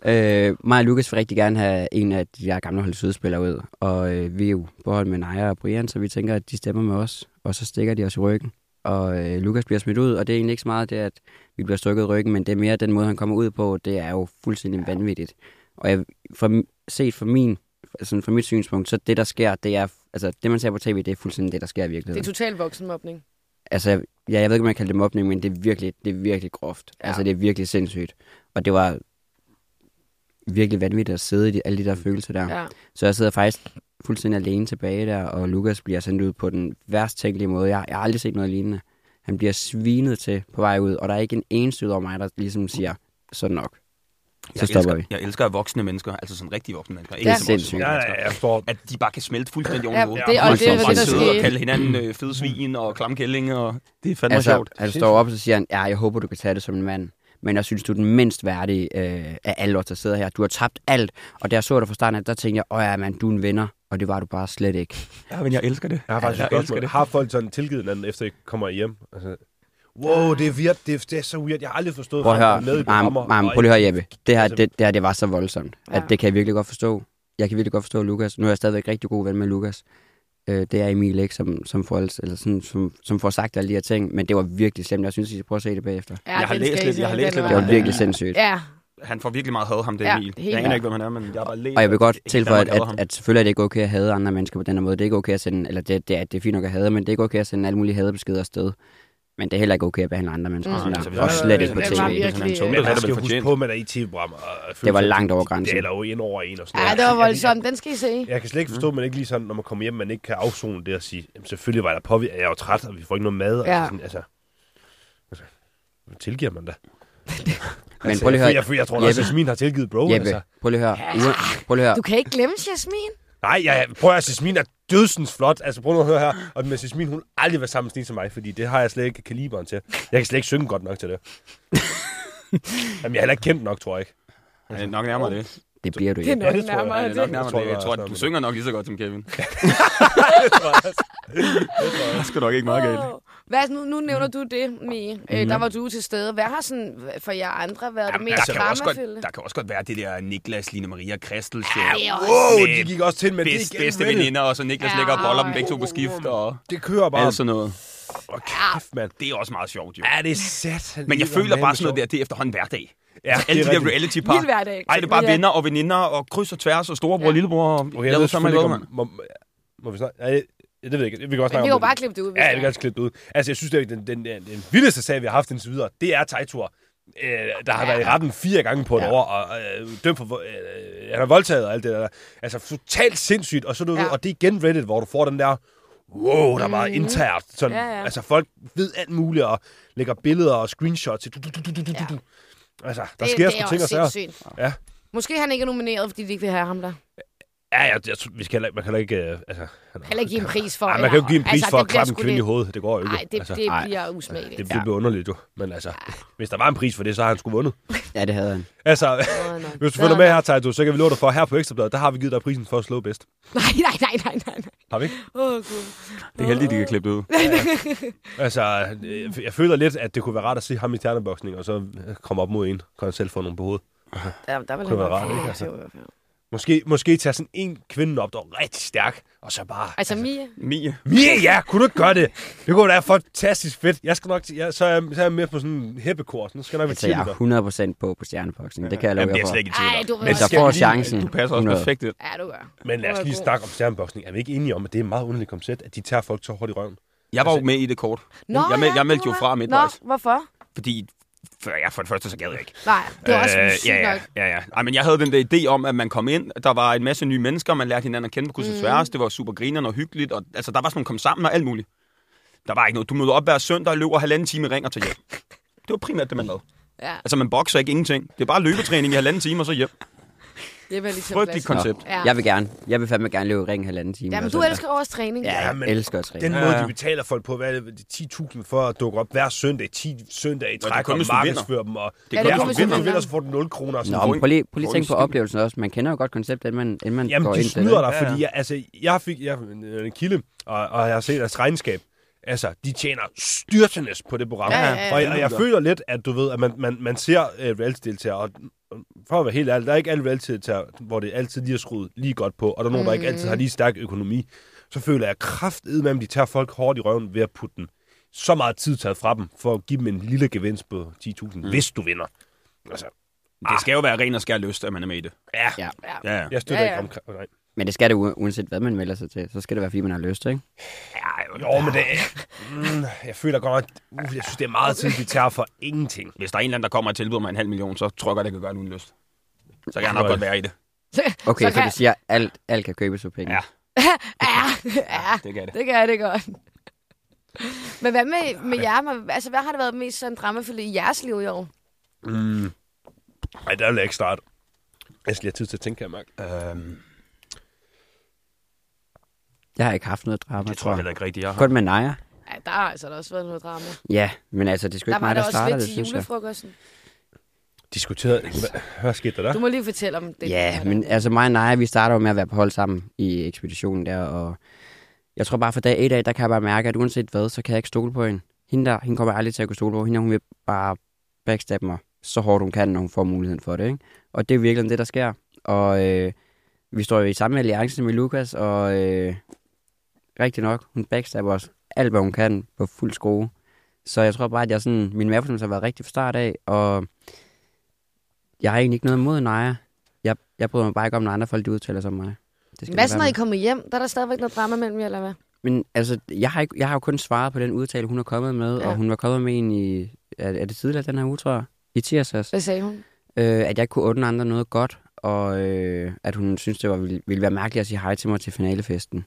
Mig og Lukas vil rigtig gerne have en af de der gamle holdspillere ud, og vi er jo på hold med Naja og Brian, så vi tænker, at de stemmer med os, og så stikker de os i ryggen. Og Lukas bliver smidt ud, og det er egentlig ikke så meget det, at vi bliver stukket i ryggen, men det er mere den måde, han kommer ud på, det er jo fuldstændig vanvittigt. Og fra mit synspunkt, så det, der sker, det er, altså det, man ser på tv, det er fuldstændig det, der sker i virkeligheden. Det er total voksenmobning. Altså, jeg ved ikke, om man kalder det mobning, men det er virkelig groft. Ja. Altså, det er virkelig sindssygt. Og det var virkelig vanvittigt at sidde i alle de der følelser der. Ja. Så jeg sidder faktisk fuldstændig alene tilbage der, og Lukas bliver sendt ud på den værst tænkelige måde. Jeg har aldrig set noget lignende. Han bliver svinet til på vej ud, og der er ikke en eneste ud over mig, der ligesom siger, sådan nok. Så stopper vi. Jeg elsker voksne mennesker, altså sådan rigtige voksne mennesker. Ikke sindssygt. At de bare kan smelte fuldstændig oven i hovedet. Det er det, der sker. Og kalde hinanden fede svin og klamkælling, og det er fandme sjovt. Han står op, og så siger han, jeg håber, du kan tage det som en mand. Men jeg synes, du er den mindst værdige af alle os, der sidder her. Du har tabt alt, og der så dig fra starten, der tænkte jeg, mand, du er en vinder. Og det var du bare slet ikke. Ja, men jeg elsker det. Jeg har faktisk et spørgsmål. Har folk sådan tilgivet hinanden, efter I kommer hjem? Altså, wow, det er weird. Det er så weird. Jeg har aldrig forstået, prøv at høre, Jeppe. Det her var så voldsomt, at det kan jeg virkelig godt forstå. Jeg kan virkelig godt forstå Lukas. Nu er jeg stadigvæk rigtig god ven med Lukas. Det er Emil ikke, som får sagt alle de her ting, men det var virkelig slemt. Jeg synes, I skal prøve at se det bagefter. Ja, jeg har læst lidt. Det var virkelig sindssygt. Ja. Han får virkelig meget had, ham det Emil. Jeg aner ikke, hvem han er, men jeg har bare læst. Og jeg vil godt tilføje, at selvfølgelig er det ikke okay at hade andre mennesker på den her måde. Det er ikke okay at sende, eller det er fint nok at hade, men det er ikke okay at sende alle mulige hadebeskeder afsted. Men det er heller ikke okay at behandle andre mennesker sådan der. Og slet ikke på tv. Man skal huske på, at man er i tv-program. Det var langt over grænsen. Det er jo ind over en og sådan noget. Ja, det var voldsomt. Den skal I se. Jeg kan slet ikke forstå, at man ikke lige sådan, når man kommer hjem, man ikke kan afzone det og sige, selvfølgelig var der påvirket. Jeg er jo træt, og vi får ikke noget mad. Altså, tilgiver man da. Men prøv lige at høre. Jeg tror også, at Jasmin har tilgivet bro. Jeppe, prøv lige at høre. Du kan ikke glemme Jasmin. Nej, prøv at Jasmin er dødsens flot. Altså prøv nu at høre her. Og med Jasmin, hun aldrig været sammen med som mig, fordi det har jeg slet ikke kaliberen til. Jeg kan slet ikke synge godt nok til det. Jamen, jeg er heller ikke kendt nok, tror jeg ikke. Det er nok nærmere det. Det bliver du ikke. Det er nok nærmere det. Jeg tror, du synger nok lige så godt som Kevin. Det skal nok ikke meget galt. Nu nævner du det, Mie. Der var du til stede. Hvad har sådan for jer andre været det mest dramafølge? Der kan også godt være det der Niklas, Line Maria, Kristel. Wow, de gik også til med det. Bedste veninder, og så Niklas ligger og boller dem begge to på skift. Og det kører bare. Alt sådan noget. Kæft, mand. Det er også meget sjovt, jo. Ja, det er sæt. Men jeg føler bare sådan noget der, det er efterhånden hverdag. Ja, alle de der reality-par. Vild hverdag. Ej, det er bare venner og veninder og kryds og tværs og storebror og lillebror. Okay, jeg ved selvfølgelig ikke, må vi snakke? Nej, det ved jeg ikke. Vi kan også snakke om det. Vi kan bare klippe det ud. Ja, vi kan også klippe det ud. Altså, jeg synes, det er den vildeste sag, vi har haft indtil videre, det er Teitur. Der har været i retten 4 gange på et år, og dømt for... han har voldtaget og alt det der. Altså, totalt sindssygt. Og så og det er igen Reddit, hvor du får den der... Wow, der er meget internt. Sådan, altså, folk ved alt muligt og lægger billeder og screenshots. Altså, der sker sgu ting og sager. Ja. Måske han ikke er nomineret, fordi de ikke vil have ham der. Ja, vi skal man kan heller ikke... heller ikke give en pris for... Nej, man kan jo give en pris for at klappe en kvinde i hovedet. Det går jo ikke. Nej, det bliver usmageligt. Det bliver underligt jo. Men altså, hvis der var en pris for det, så har han sgu vundet. Ja, det havde han. Altså, hvis du følger med her, Teitur, så kan vi love dig for, her på Ekstrabladet, der har vi givet dig prisen for at slå bedst. Nej. Har vi ikke? Gud. Det er heldigt, de kan klippe det ud. Altså, jeg føler lidt, at det kunne være rart at se ham i stjerneboksning, og så komme op mod en. Kan han selv få nogen på hovedet. Der vil det være rart, ikke? Altså. Måske tage sådan en kvinde op, der er rigtig stærk, og så bare... Altså Mie, ja, kunne du ikke gøre det? Det kunne være fantastisk fedt. Jeg skal nok... Så er jeg med på sådan en heppekurs. Nu skal jeg nok være jeg er 100% på stjerneboksning. Det kan jeg love jer for. Slet ikke tvivl. Men så får chancen. Du passer også perfekt. Ja, du gør. Men lad os lige snakke om stjerneboksning. Er vi ikke enige om, at det er et meget underligt koncept, at de tager folk så hårdt i røven? Jeg var jo med i det kort. Jeg meldte jo fra midtvejs. Hvorfor? Fordi... For det første, så gad jeg ikke. Nej, det var også sygt nok. Ja. Ej, men jeg havde den der idé om, at man kom ind, der var en masse nye mennesker, man lærte hinanden at kende på kryds og tværs, det var super grinerende og hyggeligt, og altså, der var sådan, man kom sammen og alt muligt. Der var ikke noget. Du mødte op hver søndag, løber 1,5 time i ring og tager hjem. Det var primært det, man lavede. Ja. Altså, man bokser ikke ingenting. Det er bare løbetræning i 1,5 time, og så hjem. Det er vel ligesom frygteligt koncept. Ja. Jeg vil fandme gerne løbe i ring 1,5 time. Ja, men du elsker også træning. Ja, jeg elsker træning. Den måde, de betaler folk på, hvad er det, 10.000 for at dukke op hver søndag, 10 søndage i træk og markedsføre dem. Og det er kun, hvis du vinder, så får du 0 kroner. Nå, men prøv lige at tænke på oplevelsen også. Man kender jo godt konceptet, inden man går ind til det. Jamen, de snyder dig, fordi jeg fik en kilde, og jeg har set deres regnskab. Altså, de tjener styrtenes på det program. Og jeg føler lidt, at du ved, at man ser reality-deltagere, og for at være helt ærlig, der er ikke alle altid, hvor det altid lige er skruet lige godt på, og der er nogen, der ikke altid har lige stærk økonomi. Så føler jeg kraftedme, at de tager folk hårdt i røven ved at putte den så meget tid taget fra dem, for at give dem en lille gevinst på 10.000, hvis du vinder. Altså, det skal jo være ren og skær lyst, at man er med i det. Ja. Jeg støtter ikke omkring. Nej. Men det skal det uanset hvad man melder sig til. Så skal det være, fordi man har lyst, ikke? Jo, men det jeg føler godt, jeg synes, det er meget tid, de tager for ingenting. Hvis der er en eller anden, der kommer og tilbyder mig 500.000, så tror jeg godt, det kan gøre det uden lyst. Så kan jeg nok godt være i det. Okay, så du siger, at alt kan købes for penge? Ja. Det kan det. Det kan det godt. Men hvad med jer? Altså, hvad har det været mest sådan dramafyldt i jeres liv i år? Nej, der vil jeg ikke starte. Jeg skal lige have tid til at tænke, kan jeg mærke. Jeg har ikke haft noget drama, det tror jeg heller ikke rigtigt, jeg har. Godt med Naja. Ja, der har altså også været noget drama. Ja, men altså, det er sgu ikke mig, der starter det, synes jeg. Der var der også lidt til julefrokosten. Diskuterede. Hvad skete der? Du må lige fortælle om det. Ja, men altså mig og Naja, vi starter jo med at være på hold sammen i ekspeditionen der, og jeg tror bare for dag 1 af, der kan jeg bare mærke, at uanset hvad, så kan jeg ikke stole på hende. Hende kommer jeg aldrig til at kunne stole på. Hun vil bare backstabbe mig så hårdt hun kan, når hun får muligheden for det, ikke? Og det er virkelig det, der sker. Og vi står jo i samme alliance med Lukas, og rigtig nok, hun backstabber os alt, hvad hun kan på fuld skrue. Så jeg tror bare, at min mavefornemmelse har været rigtig fra start af, og jeg har egentlig ikke noget imod Naja. Jeg bryder mig bare ikke om, når andre folk de udtaler sig om mig. Hvad så, når I kommer hjem? Der er der stadigvæk noget drama mellem jer, eller hvad? Men altså, jeg har jo kun svaret på den udtale, hun er kommet med, og hun var kommet med en i, er det tidligere den her uge, tror jeg? I tirsdags. Hvad sagde hun? At jeg ikke kunne undre andre noget godt, og at hun synes, det ville være mærkeligt at sige hej til mig til finalefesten.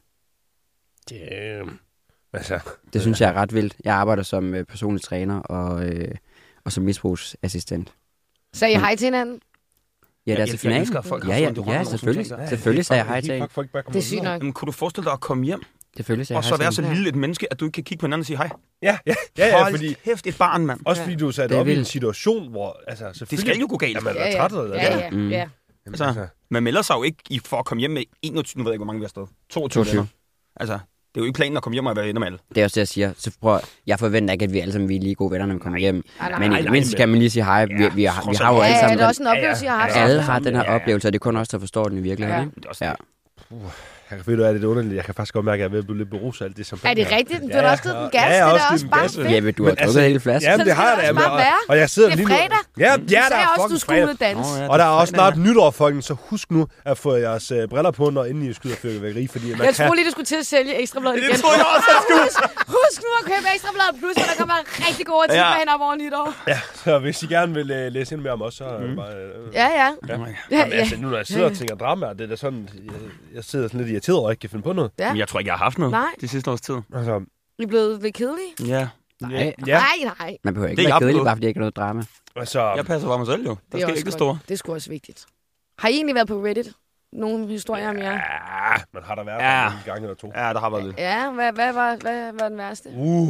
Det synes jeg er ret vildt. Jeg arbejder som personlig træner og som misbrugsassistent. Sagde I hej til hinanden? Ja, det er til finalen. Ja, selvfølgelig. Selvfølgelig sagde jeg hej til hende. Det er sygt nok. Men kunne du forestille dig at komme hjem? Selvfølgelig sagde og så være så lille et menneske, at du ikke kan kigge på hinanden og sige hej? Ja, fordi kæft, et barn, mand. Også fordi du er sat op i en situation, hvor det skal jo gå galt. At man er træt eller ja. Altså, man melder sig jo ikke for at komme hjem med 21, nu ved jeg ikke, hvor mange vi har stået. 22. Altså, det er jo ikke planen at komme hjem og være venner med alle. Det er også det, jeg siger. Så jeg forventer ikke, at vi alle sammen er lige gode venner, når vi kommer hjem. Men i det mindste kan man lige sige hej. Vi har jo alle sammen... det er også en oplevelse, jeg har haft. Alle har den her oplevelse, og det er kun også, der forstår den i virkeligheden. Ja. Jeg kan føle, at det er underligt. Jeg kan faktisk godt mærke, at jeg er ved at blive lidt beruset af alt det som. Er det rigtigt? Du har da også givet den gas. Det er også bare fedt. Ja, men du har drukket hele flasken. Jamen, det har jeg da. Og jeg sidder lige nu. Det er fredag. Ja, der er fucking fredag. Og der er også snart nytår, folkens. Så husk nu at få jeres briller på, når inden I skyder fyrværkeri, fordi man jeg tror lige, du skulle til at sælge Ekstrabladet igen. Det tror jeg også, jeg skulle. Husk nu at købe Ekstrabladet Plus, for der kommer rigtig gode artikler hen over nytår. Ja, så hvis I gerne vil læse ind mere om os, så bare... Ja. Altså, nu når jeg sidder og tænker drama, det er da sådan, jeg sidder sådan lidt irriteret og ikke kan finde på noget. Ja. Men jeg tror ikke, jeg har haft noget de sidste års tid. Altså, I er blevet lidt kedelige? Ja. Nej. Man behøver ikke være kedelig, bare fordi jeg ikke har noget drama. Altså, jeg passer bare mig selv jo. Der skal ikke det store. Det er sgu også vigtigt. Har I egentlig været på Reddit? Nogle historier om jer? Ja, man har der været en gang eller to. Ja, der har været lidt. Ja, hvad var den værste?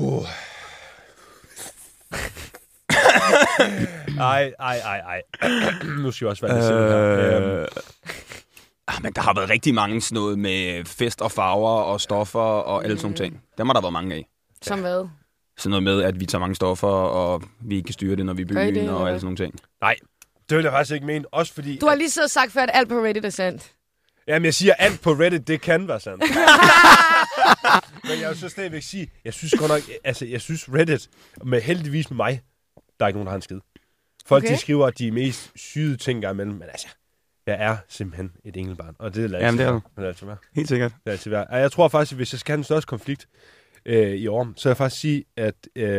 Ej. Nu skal jeg også være lidt selv her. Men der har været rigtig mange sådan noget med fest og farver og stoffer og alle sådan ting. Dem har der været mange af. Som hvad? Sådan noget med, at vi tager mange stoffer, og vi ikke kan styre det, når vi er i byen og alle sådan nogle ting. Nej, det vil jeg faktisk ikke mene. Også fordi... Du har lige så sagt før, at alt på Reddit er sandt. Jamen, jeg siger, alt på Reddit, det kan være sandt. Men jeg vil så stadigvæk sige, jeg synes godt nok, altså, jeg synes Reddit, med heldigvis med mig, der er ikke nogen, der har en skid. Folk, de skriver de mest syge ting der imellem, men altså, jeg er simpelthen et engelbarn, og det er altid. Jamen, det er du. Det er altid være. Helt sikkert. Det er altid være. Jeg tror faktisk, at hvis jeg skal have den største konflikt i år, så vil jeg faktisk sige, at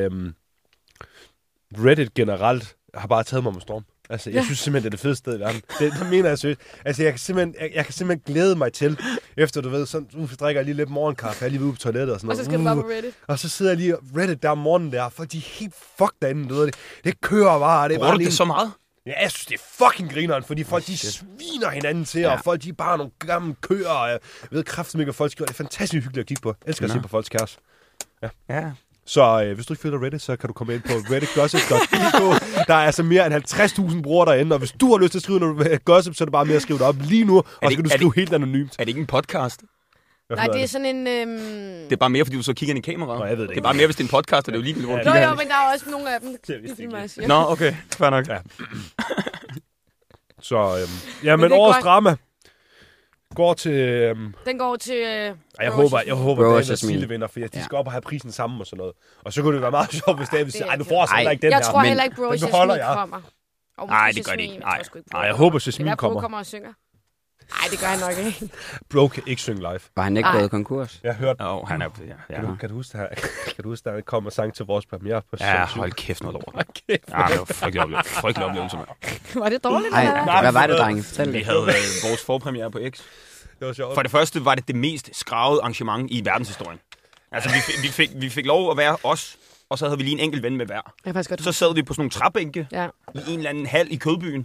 Reddit generelt har bare taget mig med storm. Altså, jeg synes simpelthen, det er det fedeste sted i verden. Det mener jeg seriøst. Altså, jeg kan simpelthen glæde mig til, efter du ved, sådan, drikker jeg lige lidt morgenkaffe, jeg er lige ude på toilettet og sådan noget. Og så skal du bare på Reddit. Og så sidder jeg lige Reddit der om morgenen der, for de er helt fucked derinde, du ved det. Det kører bare. Det er bruger du det så meget? Ja, jeg synes, det er fucking grineren, fordi folk, de sviner hinanden til, og folk, de er bare nogle gamle køer, og jeg ved kraftigt, folk skriver. Det er fantastisk hyggeligt at kigge på. Jeg elsker at se på folks kæreste. Ja. Så hvis du ikke følger Reddit, så kan du komme ind på redditgossip.dk. Der er altså mere end 50.000 brugere derinde, og hvis du har lyst til at skrive noget gossip, så er det bare med at skrive det op lige nu, og så kan du skrive helt anonymt. Er det ikke en podcast? Nej, det er sådan en... Det er bare mere, fordi du så kigger ind i kameraet. Nå, jeg ved det er bare mere, hvis det er en podcast, og det er jo ligegyldigt, hvor du kigger. Jo, men der er også nogle af dem. Nå, okay. Fair nok. Ja. Så, men årets drama går til... Den går til... jeg håber, David og Sille vinder, for de skal op og have prisen sammen og sådan noget. Og så kunne det være meget sjovt, hvis David siger, nu får jeg ikke den her. Jeg tror heller ikke, Bro Jasmine kommer. Nej, det gør de ikke. Nej, jeg håber, Jasmine kommer. Eller Bro kommer og synger. Nej, det gør han nok ikke. Bro kan ikke synge live. Var han ikke gået konkurs? Jeg har hørt... han er... Ja. Kan du huske det her? Han kom og sang til vores premiere på Ja, hold kæft noget lort. Ja, det var frygtelig oplevelse. Var det dårligt? Nej, hvad var det, drenge? Vi havde vores forpremiere på X. Det var sjovt. For det første var det mest skravede arrangement i verdenshistorien. Altså, vi fik lov at være os, og så havde vi lige en enkelt ven med hver. Så sad vi på sådan nogle træbænke i en eller anden hal i Kødbyen.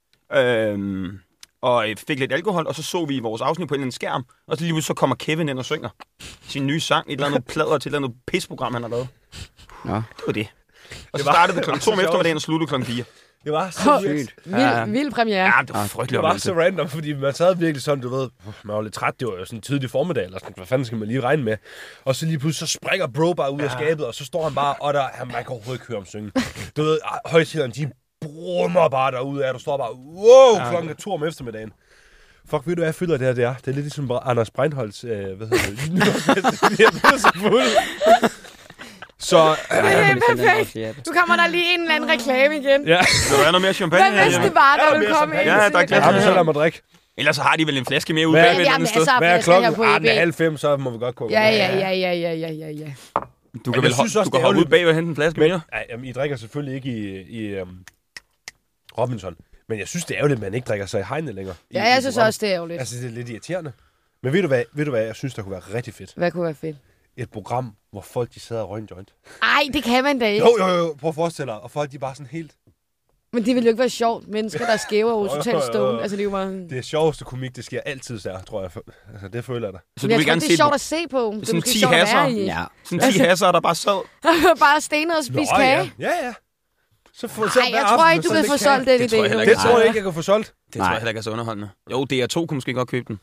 Og fik lidt alkohol, og så vi vores afsnit på en eller anden skærm. Og så lige så kommer Kevin ind og synger sin nye sang, et eller andet plader til et eller andet pisprogram, han har lavet. Ja. Det var det. Og så startede det 2 om eftermiddagen og sluttede 4. Det var så sygt. Vild premiere. Ja, det var frygteligt. Det var så random, fordi man sad virkelig sådan, du ved, man var lidt træt, det var jo sådan en tidlig formiddag, eller sådan, hvad fanden skal man lige regne med? Og så lige pludselig, så springer Bro bare ud af skabet, og så står han bare, og man kan overhovedet ikke høre ham synge. Du ved, højtiderne, de brummer bare derude af, du står bare, wow, klokken 2 om eftermiddagen. Fuck, ved du hvad jeg føler, det er? Det er lidt ligesom Anders Breinholtz, hvad hedder det? Jeg bliver så fuld. Så... perfekt. Du kommer der lige en eller anden reklame igen. Ja. Så der er noget mere champagne. Hvad vidste bare, der vil komme ind? Ja, der er klart. Så lad mig drikke. Ellers så har de vel en flaske mere ude bagved et andet sted. Hvad er klokken? Den er 4:30, så må vi godt koge. Ja. Du kan holde ud bagved og hente en flaske mere. Nej, I drikker selvfølgelig ikke i Robinson. Men jeg synes, det er ærgerligt, at man ikke drikker sig i hegnet længere. Ja, jeg synes også, det er ærgerligt. Altså, det er lidt irriterende. Men ved du hvad jeg synes, der kunne være rigtig fedt? Hvad kunne være fedt? Et program, hvor folk de sidder og røger en joint. Ej, det kan man da ikke. Jo. Prøv at forestille dig. Og folk de bare sådan helt... Men det ville jo ikke være sjovt. Mennesker, der er skæve og totalt stående. Altså, det er jo meget... Det sjoveste komik, det sker altid, tror jeg. Altså, det føler jeg da. Så du vil gerne se det er sjovt at se på. Sådan 10 hasser. Ja. Sådan 10 hasser, der bare sad. Bare stenet og spise kage. Ja. Nej, jeg tror ikke, du vil få solgt den idé. Det tror jeg ikke, jeg kan få solgt. Det tror jeg heller ikke er så underholdende. Jo, DR2 kunne måske godt købe den.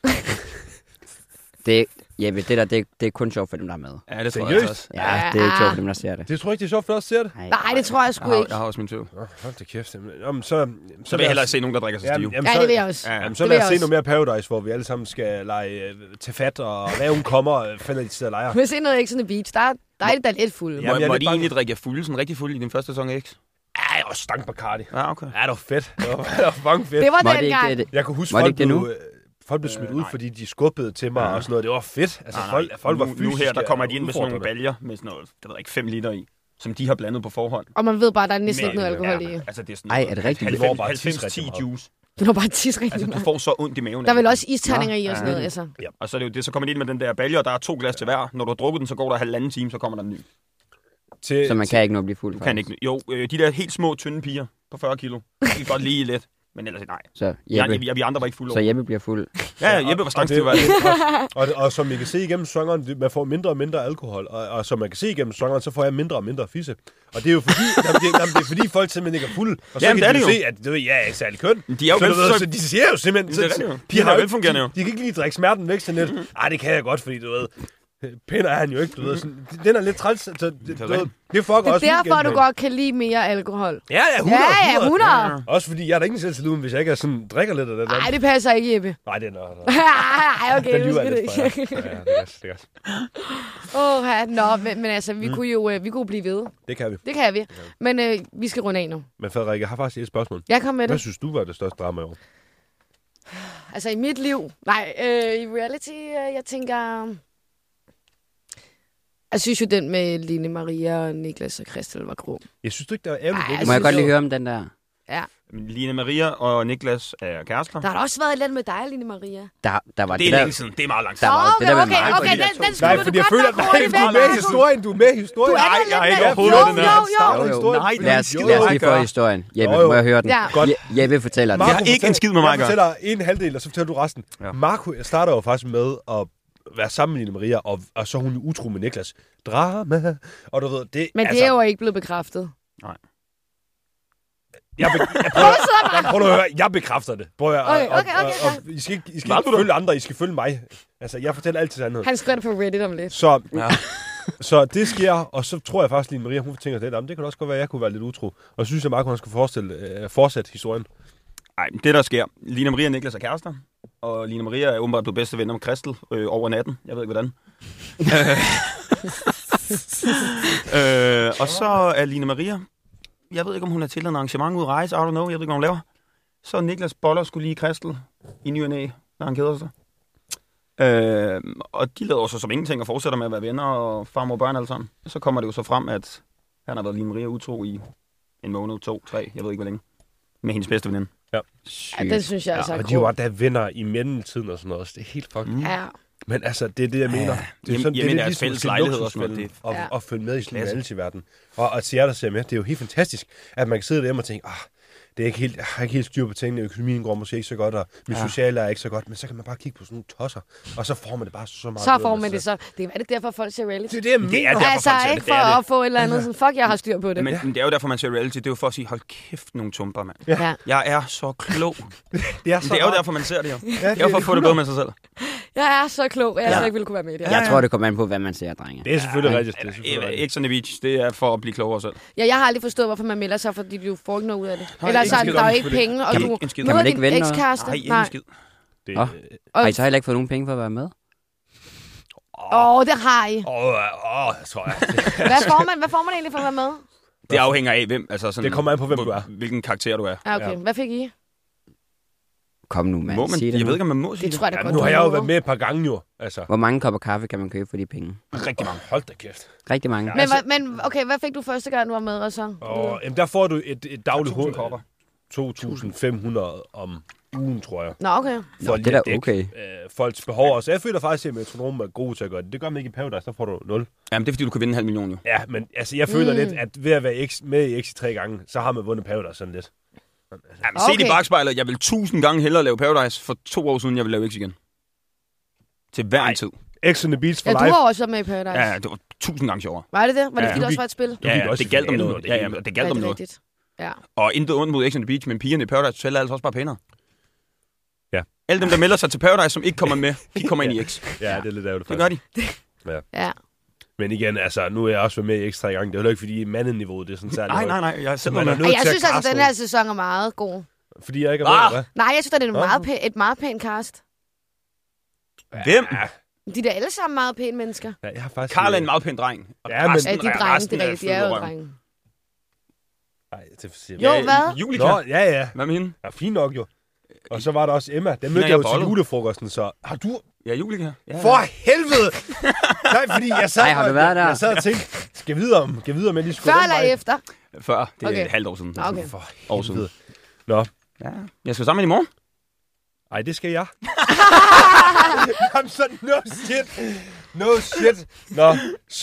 Jeppe, det er kun sjovt for dem, der er med. Ja, det tror jeg også. Ja, det er ikke sjovt for dem, der ser det. Det tror jeg ikke, det er sjovt for os, der ser det? Nej, det tror jeg sgu ikke. Jeg har også min tøv. Hold da kæft. Jamen, så vil jeg hellere se nogen, der drikker sig stive. Ja, det vil jeg også. Jamen, så lad os se noget mere Paradise, hvor vi alle sammen skal lege til fat, og hver uge kommer, finder de til at lege. Vi se noget X on the Beach. Der er det da lidt fulde. Må de egentlig drikke fulde, sådan rigtig fulde i den første sæson af X? Ja, og stank Bacardi. Ja, okay. Ja, det var fedt. Det var fucking fedt. Det var den gang. Jeg kunne huske, folk blev smidt ud, fordi de skubbede til mig og sådan noget. Det var fedt. Altså, folk var fysiske. Nu her, der kommer de ind med sådan nogle baljer med sådan noget, det ved ikke, 5 liter i, som de har blandet på forhånd. Og man ved bare, der er næsten ikke noget alkohol i. Altså, det er sådan noget, er det rigtigt? 90-10 juice. Det var bare tis rigtig meget. Altså, du får så ondt i maven. Der er vel også isterninger i og sådan noget, altså. Ja. Og så er det jo det, så kommer de ind med den der balje, og der er 2 glas til hver. Når du har drukket den, så går der 1,5 time, så kommer der en ny. Så man kan ikke nå at blive fuld? Du kan ikke. Jo, de der helt små, tynde piger på 40 kilo. De kan godt lige lidt. Men ellers nej. Så vi andre var ikke fulde over. Så Jeppe bliver fuld? Ja, Jeppe var stangstiv. Og som I kan se igennem sæsonen, man får mindre og mindre alkohol. Og som man kan se igennem sæsonen, så får jeg mindre og mindre fisse. Og det er jo fordi, det er fordi folk simpelthen ikke er fulde. Og så kan de jo se, at jeg er ikke særlig køn. De er jo så de siger jo simpelthen... Piger er velfungerende jo. De kan ikke lige drikke smerten væk sådan lidt. Ej, det kan jeg godt, fordi du ved... Pænder er han jo ikke, du ved. Sådan, den er lidt træls. Det er derfor, du godt kan lide mere alkohol. Ja, 100. Ja. Også fordi jeg er da ikke selv til luden, hvis jeg ikke er sådan, drikker lidt af det. Nej, det passer ikke, Jeppe. Nej, det er noget. Nej, okay, det lyver lidt for jer. Ja, det er godt. Men altså, vi kunne blive ved. Det kan vi. Det kan vi. Men vi skal runde af nu. Men Frederik, jeg har faktisk et spørgsmål. Jeg kom med det. Hvad synes du var det største drama i år? Altså, i mit liv? Nej, i reality, jeg tænker... Jeg synes jo, den med Line Maria og Niklas og Christel var grå. Jeg synes du ikke, der var ærgerligt. Må jeg godt lige høre om den der? Ja. Line Maria og Niklas er kærester. Der har også været et eller med dig, Line Maria. Der var det er længe siden. Det er meget langt siden. Okay, den skulle du jeg føler, at du er med i historien. Du er med i historien. Nej, jeg har ikke overhovedet den der. Nej, lad os lige få historien. Jeppe, må jeg høre den? Jeppe fortæller den. Jeg har ikke en skid med mig at gøre. Jeg fortæller en halvdel, og så fortæller du resten. Marco starter jo faktisk med at være sammen med Line Maria, og så er hun utro med Niklas. Drama. Og du ved, det... Men det er jo ikke blevet bekræftet. Nej. Prøv at høre, jeg bekræfter det. Okay. I skal ikke følge andre, I skal følge mig. Altså, jeg fortæller altid sandheden. Han skriver det på Reddit om lidt. Så det sker, og så tror jeg faktisk, Line Maria, hun tænker lidt, det kan også godt være, at jeg kunne være lidt utro. Og så synes jeg, Marco, han skulle fortsætte historien. Nej, det der sker. Line Maria og Niklas er kærester. Og Line Maria er åbenbart blevet bedste venner med Christel over natten. Jeg ved ikke, hvordan. Og så er Line Maria... Jeg ved ikke, om hun har til en arrangement ud at rejse. I don't know. Jeg ved ikke, hvad hun laver. Så Niklas boller skulle lige Christel i ny og næ, når han keder sig. Og de lader sig som ingenting og fortsætter med at være venner og farmor og børn alle sammen. Så kommer det jo så frem, at han har været Line Maria utro i en måned, 2, 3, jeg ved ikke, hvor længe. Med hendes bedste veninde. Ja. Ja, det synes jeg altså er og de var da venner i mellemtiden og sådan noget. Det er helt fucking. Ja. Men altså, det er det, jeg mener. Det er sådan, det er deres ligesom fælles lejlighed og sådan noget. Og følge med i sådan en reality-verden. Og at Seattle ser med, det er jo helt fantastisk, at man kan sidde derhjemme og tænke, det er ikke helt, jeg har ikke helt styr på tingene, økonomien går måske ikke så godt, og min sociale er ikke så godt, men så kan man bare kigge på sådan nogle tosser, og så får man det bare så meget. Så får man det så. Det er det derfor, folk ser reality? Det er det, jeg mener. Altså ikke for at få et eller andet sådan, fuck, jeg har styr på det. Men det er jo derfor, man ser reality. Det er jo for at sige, hold kæft, nogle tumper, mand. Ja. Jeg er så klog. det er jo derfor, man ser det jo. Det er jo for at få det bedre med sig selv. Jeg er så klog, jeg ikke ville kunne være med i det. Jeg tror, det kommer an på, hvad man ser, drenge. Det er selvfølgelig rigtigt. Ikke sådan en beach. Det er for at blive klogere selv. Ja, jeg har aldrig forstået, hvorfor man melder sig, fordi du får ikke noget ud af det. Eller så der er jo ikke penge, og du kan man ikke vinde noget? Nej, ikke skid. Har I så heller ikke fået nogen penge for at være med? Det har I. Tror jeg. Hvad får man egentlig for at være med? Det afhænger af, hvem. Altså sådan, det kommer an på, hvem du er. Hvilken karakter du er. Ja, okay. Hvad fik I? Kom nu, mand. Jeg ved ikke, om man må sige det. Tror jeg da godt, nu har jeg jo været med et par gange jo. Altså. Hvor mange kopper kaffe kan man købe for de penge? Rigtig mange. Hold da kæft. Rigtig mange. Men okay, hvad fik du første gang, du var med? Og så? Jamen, der får du et dagligt hoved. 2.500 om ugen, tror jeg. Nå, okay. Nå, det er da okay. Folks behov. Og så jeg føler faktisk, at Metronom er gode til at gøre det. Det gør man ikke i Paradise, så får du 0. Jamen, det er fordi, du kan vinde 500.000 jo. Ja, men altså, jeg føler lidt, at ved at være med i X 3 gange, så har man vundet Paradise sådan lidt. Jamen, se i bagspejlet. Jeg vil 1000 gange hellere lave Paradise for 2 år siden, jeg vil lave X igen. Til hver en tid. X on the Beach for life. Ja, du har også været med i Paradise. Ja, det var 1000 gange sjovere. Var det det? Var det fordi, det også var et spil? Ja, det galt om noget. Ja, det galt om noget. Ja. Og intet ondt mod X on the Beach, men pigerne i Paradise Hotel er altså også bare pænere. Ja. Alle dem, der melder sig til Paradise, som ikke kommer med, de kommer ind i X. Ja, det er lidt ærgerligt. Det gør de. Ja. Men igen, altså, nu er jeg også med i X 3 gange. Det er jo ikke, fordi mandeniveauet det er sådan særligt. Nej. Jeg er simpelthen jeg synes altså, at den her sæson er meget god. Fordi jeg ikke er med, Nej, jeg synes, at det er et meget pænt cast. Hvem? De er alle sammen meget pæne mennesker. Ja, jeg har faktisk... Karl er en meget pæn dreng. Ja, men... de drenge, det er rigtigt. De er jo drenge. Nej, det siger jo, hvad? Julika. Nå, ja. Hvad med hende? Ja, fint nok jo. Og så var der også Emma. Den mødte jeg jo til julefrokosten, så... Har du... Ja, Julika. Ja. For helvede! Nej, fordi jeg sad... har du været der? Jeg sad og tænkte, skal videre om jeg lige skulle... Før eller efter? Før. Det er et halvt år siden. Okay. For helvede. Nå. Ja. Jeg skal sammen med i morgen. Ej, det skal jeg. Jamen, så no shit. Nå, så...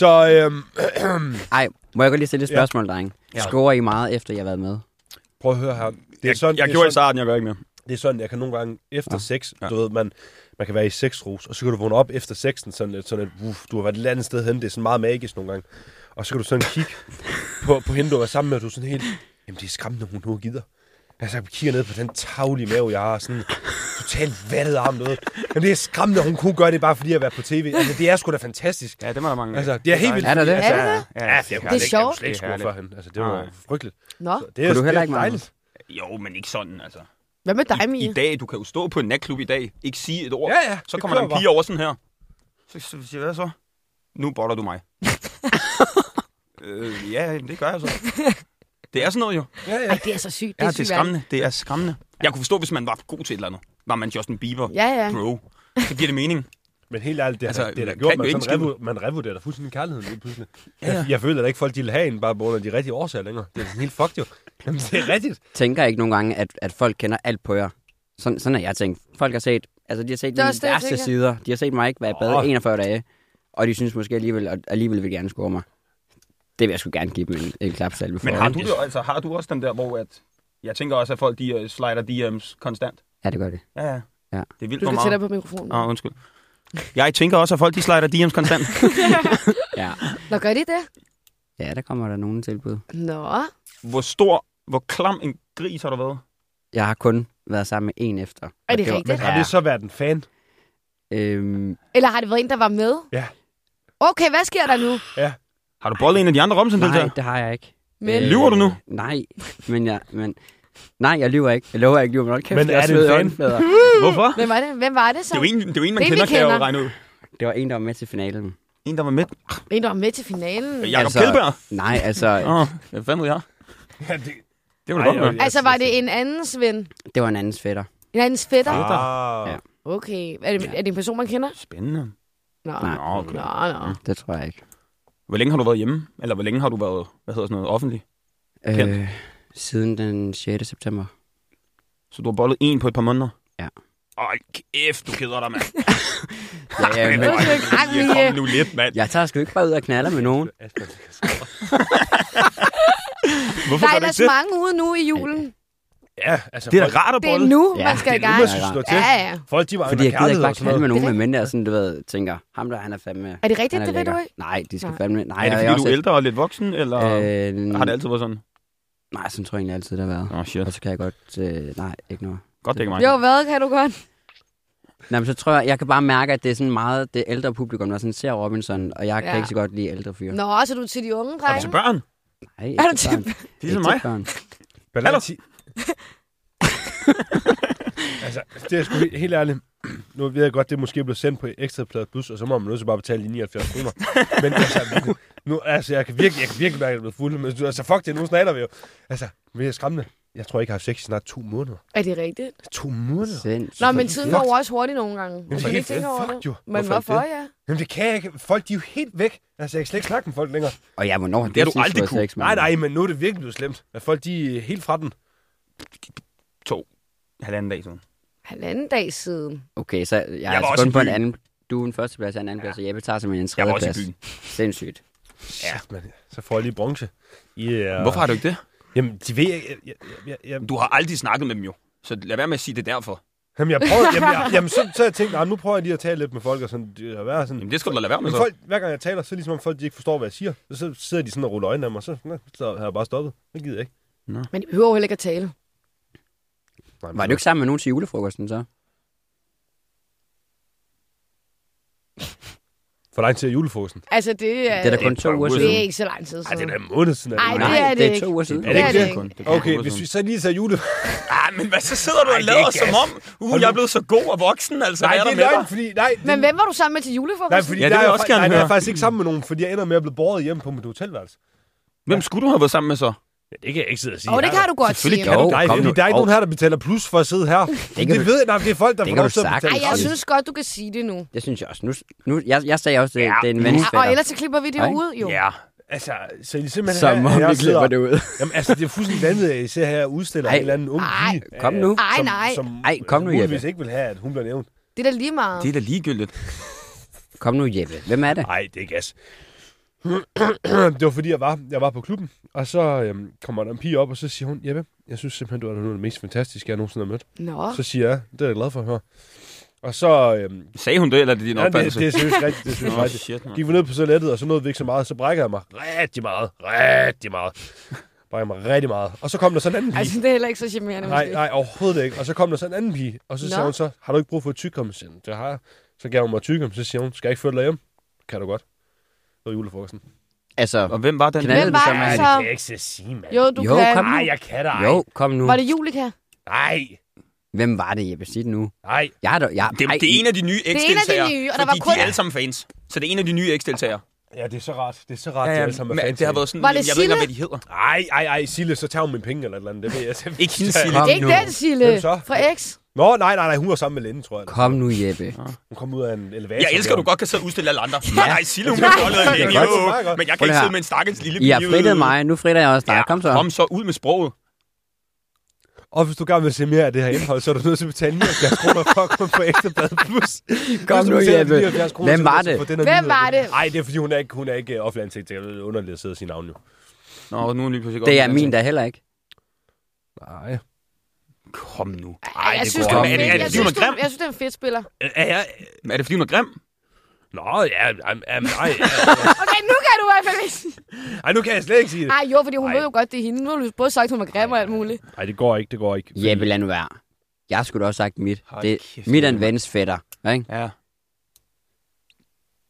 Ej, må jeg godt lige stille et spørgsmål, dreng? Scorer I meget, efter jeg har været med? Prøv at høre her. Det er sådan, jeg gjorde i starten, jeg gør ikke mere. Det er sådan, jeg kan nogle gange efter 6, du ved, man kan være i 6-rus, og så kan du vågne op efter 6'en, sådan et, du har været et andet sted hen, det er sådan meget magisk nogle gange. Og så kan du sådan kigge på hende, du er sammen med, og du er sådan helt, jamen det er skræmmende, hun nu gider. Altså, jeg kigger ned på den tavlige mave, jeg har, sådan totalt vattet arm noget. Men det er skræmmende, hun kunne gøre det bare fordi at være på tv. Altså, det er sgu da fantastisk. Ja, det var der mange. Altså, det er helt vildt. Er der det? Altså, ja, det er sjovt. Det er sgu for hende. Altså, det var frygteligt. Nå. Det er, du heller ikke dejligt. Jo, men ikke sådan, altså. Hvad med dig, Mie? I dag, du kan jo stå på en natklub i dag, ikke sige et ord. Ja, så kommer der en pige over sådan her. Så siger jeg så, nu boller du mig. Ja, det gør jeg så. Det er sådan noget jo. Ja. Ej, det er så sygt. Det er skræmmende. Det er skræmmende. Jeg kunne forstå, hvis man var god til et eller andet. Var man Justin Bieber? Ja. Bro. Så giver det mening. Men helt ærligt, det altså, er da gjort, man revurderer da fuldstændig kærligheden lige pludselig. Ja. Jeg føler da ikke, folk de vil have en bare på grund af de rigtige årsager længere. Det er sådan helt fucked jo. Jamen, det er rigtigt. Tænker ikke nogle gange, at folk kender alt på jer? Sådan har jeg tænkt. Folk har set, altså de har set mine værste sider. De har set mig ikke være i bad 41 dage. Og de synes måske alligevel vil gerne score mig. Det vil jeg sgu gerne give dem en klapsalve for. Men har du også den der, hvor at... Jeg tænker også, at folk de slider DM's konstant. Ja, det gør det. Ja. Det er vildt du skal tættere på mikrofonen. Undskyld. Jeg tænker også, at folk de slider DM's konstant. Ja. Nå, gør de det? Ja, der kommer der nogen tilbud. Nå. Hvor klam en gris har du været? Jeg har kun været sammen med en efter. Er det rigtigt? Men har det så været en fan? Eller har det været en, der var med? Ja. Okay, hvad sker der nu? Ja. Har du bollet en af de andre Robinson-deltagere? Nej, det har jeg ikke. Men lyver du nu? Nej, men Nej, jeg lyver ikke. Jeg lover ikke, lyver. Men Men er det en fan? Hvorfor? Hvem var det så? Det er jo en, man Det, vi kender, kan jeg jo kender. regne ud. Det var en, der var med til finalen. En, der var med. En, der var med til finalen. Jakob Kjeldberg? Nej, altså... Hvad fanden ved jeg? Ja, Det var godt med. Altså, var det en andens ven? Det var en andens fætter. En andens fætter? Ah. Ja. Okay. Er det en person, man kender? Spændende. Nå. Nej. Okay. Nå. Det tror jeg ikke. Hvor længe har du været hjemme? Eller hvor længe har du været, offentlig? Siden den 6. september. Så du har bollet en på et par måneder? Ja. Ej, kæft, du keder dig, mand. Ja, men, Kom nu lidt, mand. jeg tager sgu ikke bare ud og knaller med nogen. Hvorfor Der gør er du ellers ikke det? mange ude nu i julen. Ja, altså... Det er da rart at Det er bolle. nu, Ja, man skal i det er gang. nu, man skal slå til. Ja. Folk, de var Fordi jeg gider ikke bare og sådan knalde med noget. nogen, med mindre jeg sådan, du ved, tænker, ham der, han er fandme... Er det rigtigt, han er det ved du lækker. ikke? Nej, de skal Nej. fandme... Nej, Er det, jeg fordi du er også- ældre og lidt voksen, eller har det altid været sådan? Nej, sådan tror jeg egentlig altid, det har været. Åh, shit. Og så kan jeg godt... nej, ikke noget. Godt, det ikke mig. Jo, hvad kan du godt? Nej, men så tror jeg kan bare mærke, at det er sådan meget det ældre publikum, der sådan ser Robinson, og jeg kan Ja. ikke så godt lide ældre fyre. Nå, så er du til de unge Er du drenge? til børn? Nej, Er du ikke til- børn. Det er Ikke ligesom mig. til børn. Balanci. Altså, det er sgu helt ærligt. Nu ved jeg godt, det er måske blevet sendt på Ekstrapladet Plus, og så må man nødt til bare betale de 79 kroner. Men altså, nu, altså, jeg kan virkelig mærke, at jeg er blevet fuld. Men altså, fuck det, nu snakker vi jo. Altså, vi er skræmmende. Jeg tror ikke, jeg har haft sex i snart 2 måneder. Er det rigtigt? 2 måneder? Sindssygt. Nå, men tiden går jo også hurtigt nogle gange. det Kan er du ikke tænke over fuck det? jo. Men Hvorfor hvorfor, ikke ja? Jamen, det kan jeg ikke. Folk, de er jo helt væk. Altså, jeg kan slet ikke snakke med folk længere. Og ja, hvornår har Det har du sidst aldrig fået kunne. sex med Nej, nogen? men nu er det virkelig blevet slemt. At folk, de er helt fra den. 2,5 dage siden. Halvanden dag siden. Okay, så jeg var er altså også kun i på en byen. anden... Du er en førsteplads, jeg er en anden plads, og Jeppe tager simpelthen en Jeg var tredje også i plads. byen. Sindssygt. Ja, men så får jeg lige bronze. Yeah. Hvorfor har du ikke det? Jamen, de ved... Du har aldrig snakket med dem jo. Så lad være med at sige det derfor. Jamen, jeg prøver... jamen, så har jeg tænkt, nu prøver jeg lige at tale lidt med folk, og sådan... Det være sådan Jamen det skal du da lade være med men så. folk, hver gang jeg taler, så er det ligesom om folk, de ikke forstår, hvad jeg siger. Og så sidder de sådan og ruller øjnene af mig, og så har jeg bare stoppet. Det gider jeg ikke. Men de behøver jo heller ikke at tale. Nej, Var du ikke sammen med nogen til julefrokosten, så? For lang tid er julefrokosten. Altså, det er... Det er da kun 2 uger det er siden. ikke så lang tid Ej, det siden. er da en måned siden. Ej, det det er det det er ikke. 2 uger siden. Er det ikke det? det? Det kan Okay, jeg hvis huske. vi så lige tager jule... Men hvad så sidder du og Ej, det lader er som gas. om, jeg er blevet så god og voksen, altså. Nej, hvad det er der med løgn, dig? fordi... Nej, Men hvem var du sammen med til julefrokosten? Nej, fordi Ja, det der vil er jeg også gerne der er høre. faktisk ikke sammen med nogen, fordi jeg ender med at blive båret hjem på mit hotelværelse. Hvem skulle du have været sammen med så? Ja, det kan jeg ikke sidde og sige. Åh, det kan du godt Selvfølgelig sige. kan du. Nej, kom nu. der er ikke nogen her, der betaler plus for at sidde her. kan Det du- ved jeg, nej, det er folk, der det får kan lov du til at sagt. betale. Ej, jeg gratis. synes godt, du kan sige det nu. Det synes jeg også. Jeg sagde også, det er en vens Ja, og fætter. ellers så klipper vi det jo Ikke? ud, jo. Ja. Altså, så er det simpelthen Som om vi klipper det ud. Jamen, altså, det er fuldstændig vanvittigt, at I ser her og udstiller Ej. en eller anden ung Ej. pige. Kom nu. Ej, nej. Som Ej, kom nu, muligvis Jeppe. ikke vil have, at hun bliver nævnt. Det er da lige meget. Det er da ligegyldigt. Kom nu, Jeppe. Hvem er det? Nej, det er gas. Det var fordi, jeg var på klubben, og så kommer der en pige op, og så siger hun, Jeppe, jeg synes simpelthen, du er noget af det mest fantastiske, jeg nogensinde har mødt. Nå. Så siger jeg, det er jeg glad for at høre. Og så... Sagde hun det, eller er det din Ja, opfattelse? det er seriøst rigtigt. Det er seriøst Nå, rigtigt. shit, man. Gik vi ned på toilettet, og så nåede vi ikke så meget. Så brækker jeg mig rigtig meget. Brækker mig rigtig meget. Og så kom der så en anden pige. Altså, det er heller ikke så charmerende, måske. Nej, overhovedet ikke. Og så kom der så en anden pige. Og så Nå. sagde hun så, har du ikke brug for et tykkum? Så, det har jeg. Så gav hun mig tykkum. Så siger hun, skal jeg ikke følge dig hjem? Kan du godt. Det var julefrokosten. Altså, Og hvem var den? Knaldede Hvem du var så med det det? så? Det kan jeg ikke så sige, mand. Jo, du Jo, kan. kom nu. Nej, jeg kan da ej. Jo, kom nu. Var det Julika? Nej. Hvem var det, Jeppe? Sig det nu. Nej. Jeg er der, Det er en af de nye en af de eks-deltagere. nye, og der Fordi var kun- de er alle sammen fans. Så det er en af de nye eks-deltagere. Ja, det er så rart. Det er så rart, at alle sammen er men fans det har af været sådan, Var det jeg ved ikke, Sille? hvad de hedder. Ej, Sille, så tager hun mine penge eller et eller andet. Det ved jeg. Ikke hende, Sille. Kom Ikke nu. den, Sille. Hvem så? Fra X. Nå, nej, hun var sammen med Linde, tror jeg. Kom nu, Jeppe. Hun kom ud af en elevator. Jeg elsker, at du godt kan sidde og udstille alle andre. Nej, Sille, hun kan holde det længe. er godt. Jo, Det er godt. men jeg kan Prøv ikke her. sidde med en stakkels lille I har pige frittet ude. mig. Nu fritter jeg også dig. Kom så. Kom så ud med sproget. Og hvis du gerne vil se mere af det her indhold, så er du nødt til at betale 79 kroner for at komme på Ekstrabladet Plus. Kom nu, Jeppe. Hvem var det? Hvem var det? Nej, det er fordi, hun er ikke offentlig ansigt. Det er underligt at sidde og sige navn jo. Nå, nu er lige pludselig Det er min da heller ikke. Nej. Kom nu. Ej, jeg det synes, går det er ikke. fedt. Er det, Jeg fordi hun er synes, grim? jeg synes, det er en fedt spiller. Er det, fordi hun er grim? Nå, ja, nej. Okay, nu kan du i hvert fald ikke sige. Ej, nu kan jeg slet ikke sige det. Ej, jo, fordi hun Ej. ved jo godt, det er hende. Nu har du både sagt, hun var grim og alt muligt. Nej, det går ikke. Jeppe, lad nu være. Jeg skulle da også sagt mit. Hold Det, kæft, mit er en Jeppe. vens fætter. Ikke? Ja.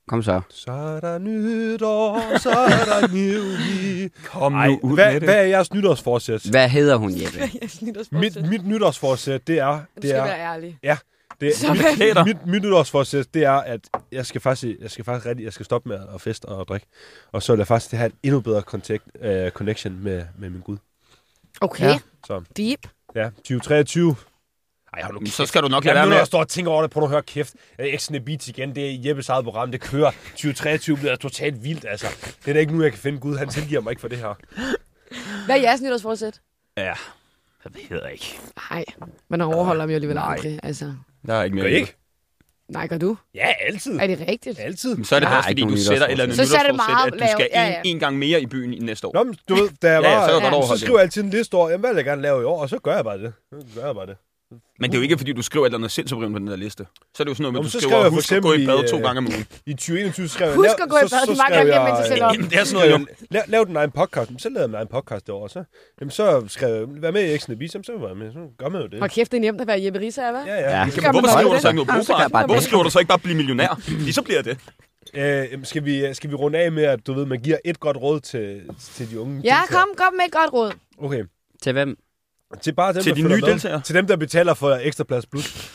Kom så. Så er der nytår, så er der new. Kom nu ud med det. Hvad er jeres nytårsforsæt? Hvad hedder hun, Jeppe? Mit nytårsforsæt, det er... Du skal være ærlig. Ja. Mit nytårsforsæt, det er, at jeg skal stoppe med at feste og drikke. Og så vil jeg faktisk have en endnu bedre connection med min Gud. Okay. Ja. Så. Deep. Ja, 2023. Ej, så skal du nok lade være med. Jeg står og tænker over det, på at høre kæft. Exen Beats igen, det er Jeppes eget program, det kører. 2023 bliver totalt vildt, altså. Det er da ikke nu, jeg kan finde Gud. Han tilgiver mig ikke for det her. Hvad er jeres nytårsforsæt? Ja, det ved jeg ikke. Nej, man overholder dem jo alligevel aldrig. Altså. Der er ikke mere. Gør I ikke? Nej, gør du? Ja, altid. Er det rigtigt? Altid. Men så er det også, fordi du sætter et eller andet nytårsforsæt, at du skal en gang mere i byen i næste år. Nå, men du ved, da jeg var, så skriver jeg altid en liste over, hvad vil jeg gerne lave i år, og så gør jeg bare det. Men det er jo ikke, fordi du skriver et eller andet sindssygt på den der liste. Så er det jo sådan noget med, at du skriver, husk at gå i bad 2 gange om ugen. I 2021 skrev jeg... Husk at gå i bad, de mange gange mens jeg selv om. Det er sådan noget, jo. Lav den egen podcast. Så lavede jeg min egen podcast det år. Så skrev jeg, vær med i Exen Beats, så var jeg med. Så gør man jo det. Og kæft, det er nemt at være Jeppe Risa, hvad? Ja. Hvorfor skriver du så ikke noget brugbart? Hvorfor skriver du så ikke bare blive millionær? Så bliver det. Skal vi runde af med, at du ved, man giver et godt råd til de unge? Ja, kom med et godt råd. Okay. Til hvem? Til bare dem, til de nye deltagere. Til dem, der betaler for Ekstraplads Plus.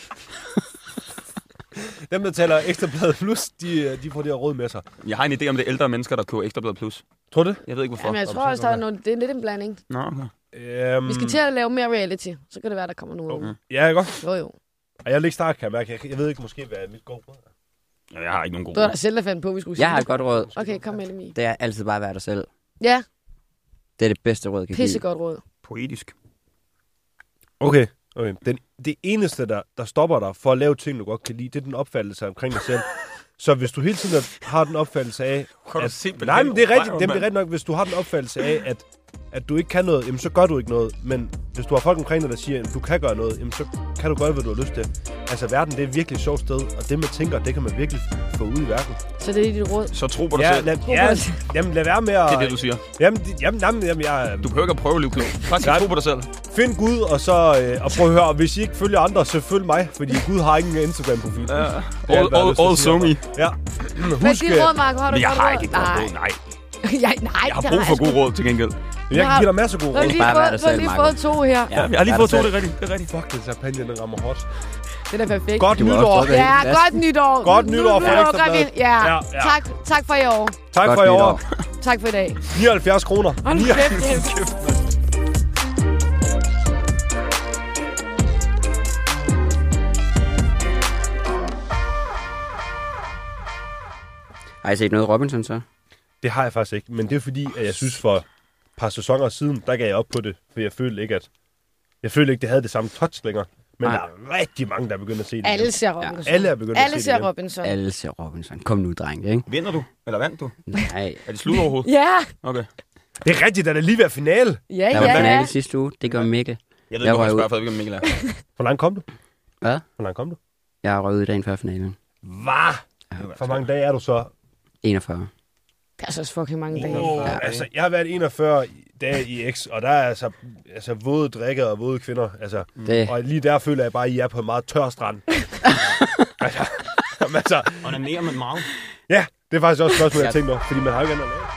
Dem, der betaler Ekstraplads Plus, de får det her råd med sig. Jeg har en idé om det ældre mennesker, der køber Ekstraplads Plus. Tror du det? Jeg ved ikke, hvorfor. Jamen, jeg tror også, der er noget, det er lidt en blanding. Nå, okay. Vi skal til at lave mere reality. Så kan det være, der kommer noget. Ja, ikke godt? Jo. Jeg vil ikke starte, kan jeg mærke. Jeg ved ikke måske, hvad mit gode råd er. Jeg har ikke nogen gode råd. Du har da selv der fandt på, vi skulle sige. Jeg har et godt råd. Okay, kom med det, Mie. Det er altid bare at være dig selv. Ja. Det er det bedste råd, jeg kan give. Pissegodt råd. Poetisk. Okay. Det eneste, der stopper dig for at lave ting, du godt kan lide, det er den opfattelse omkring dig selv. Så hvis du hele tiden har den opfattelse af... Nej, men det er rigtigt nok. Hvis du har den opfattelse af, at du ikke kan noget, jamen, så gør du ikke noget. Men hvis du har folk omkring dig, der siger, at du kan gøre noget, jamen, så kan du gøre, hvad du har lyst til. Altså, verden, det er et virkelig sjovt sted, og det, man tænker, det kan man virkelig få ud i verden. Så det er dit råd? Så tro på dig selv. Jamen, lad være med at... Det er det, du siger. Jamen, jeg... Du behøver ikke at prøve at leve klog. Faktisk tro på dig selv. Find Gud, og så og prøv at høre, og hvis I ikke følger andre, så følg mig, fordi Gud har ingen Instagram-profil. All so me. Ja. Husk, dit råd, Marco, har du jeg har ikke et godt råd, nej. Jeg har brug for gode råd til gengæld. Jeg kan give dig masser af gode råd. Du har lige fået 2 her. Ja, jeg har lige fået 2, det er rigtigt. Fuck, det champagne, den rammer hårdt. Det er da perfekt. Godt nytår. Ja, godt nytår. Godt nytår for Ekstrabladet. Ja, tak for i år. Tak for i år. Tak for i dag. 79 kroner. Hold kæft. Har I set noget Robinson så? Det har jeg faktisk ikke, men det er fordi, at jeg synes for et par sæsoner siden, der gav jeg op på det, for jeg følte ikke, det havde det samme touch længere. Men der er rigtig mange, der er begyndt at se det. Alle ser Robinson. Alle er begyndt at se det. Alle ser Robinson. Kom nu, dreng, ikke? Vinder du? Eller vandt du? Nej. Er det slut overhovedet? Ja. Okay. Det er rigtigt, at det lige ved finale. Ja. Der var finale sidste uge. Det gør Mikkel. Jeg ved ikke, hvor jeg spørger, for jeg ved ikke, om Mikkel er. Hvor langt kom du? Hvad? Hvor langt kom du? Jeg er røget i dagen før finalen. Hvad? Hvor mange dage er du så? 41. Det er så fucking mange dage. Altså, jeg har været 41 dage i X, og der er altså våde drikker og våde kvinder. Altså, og lige der føler jeg bare, at I er på en meget tør strand. Og nanerer man meget. Ja, det er faktisk også et spørgsmål, jeg tænkte over, fordi man har jo ikke andet at lave.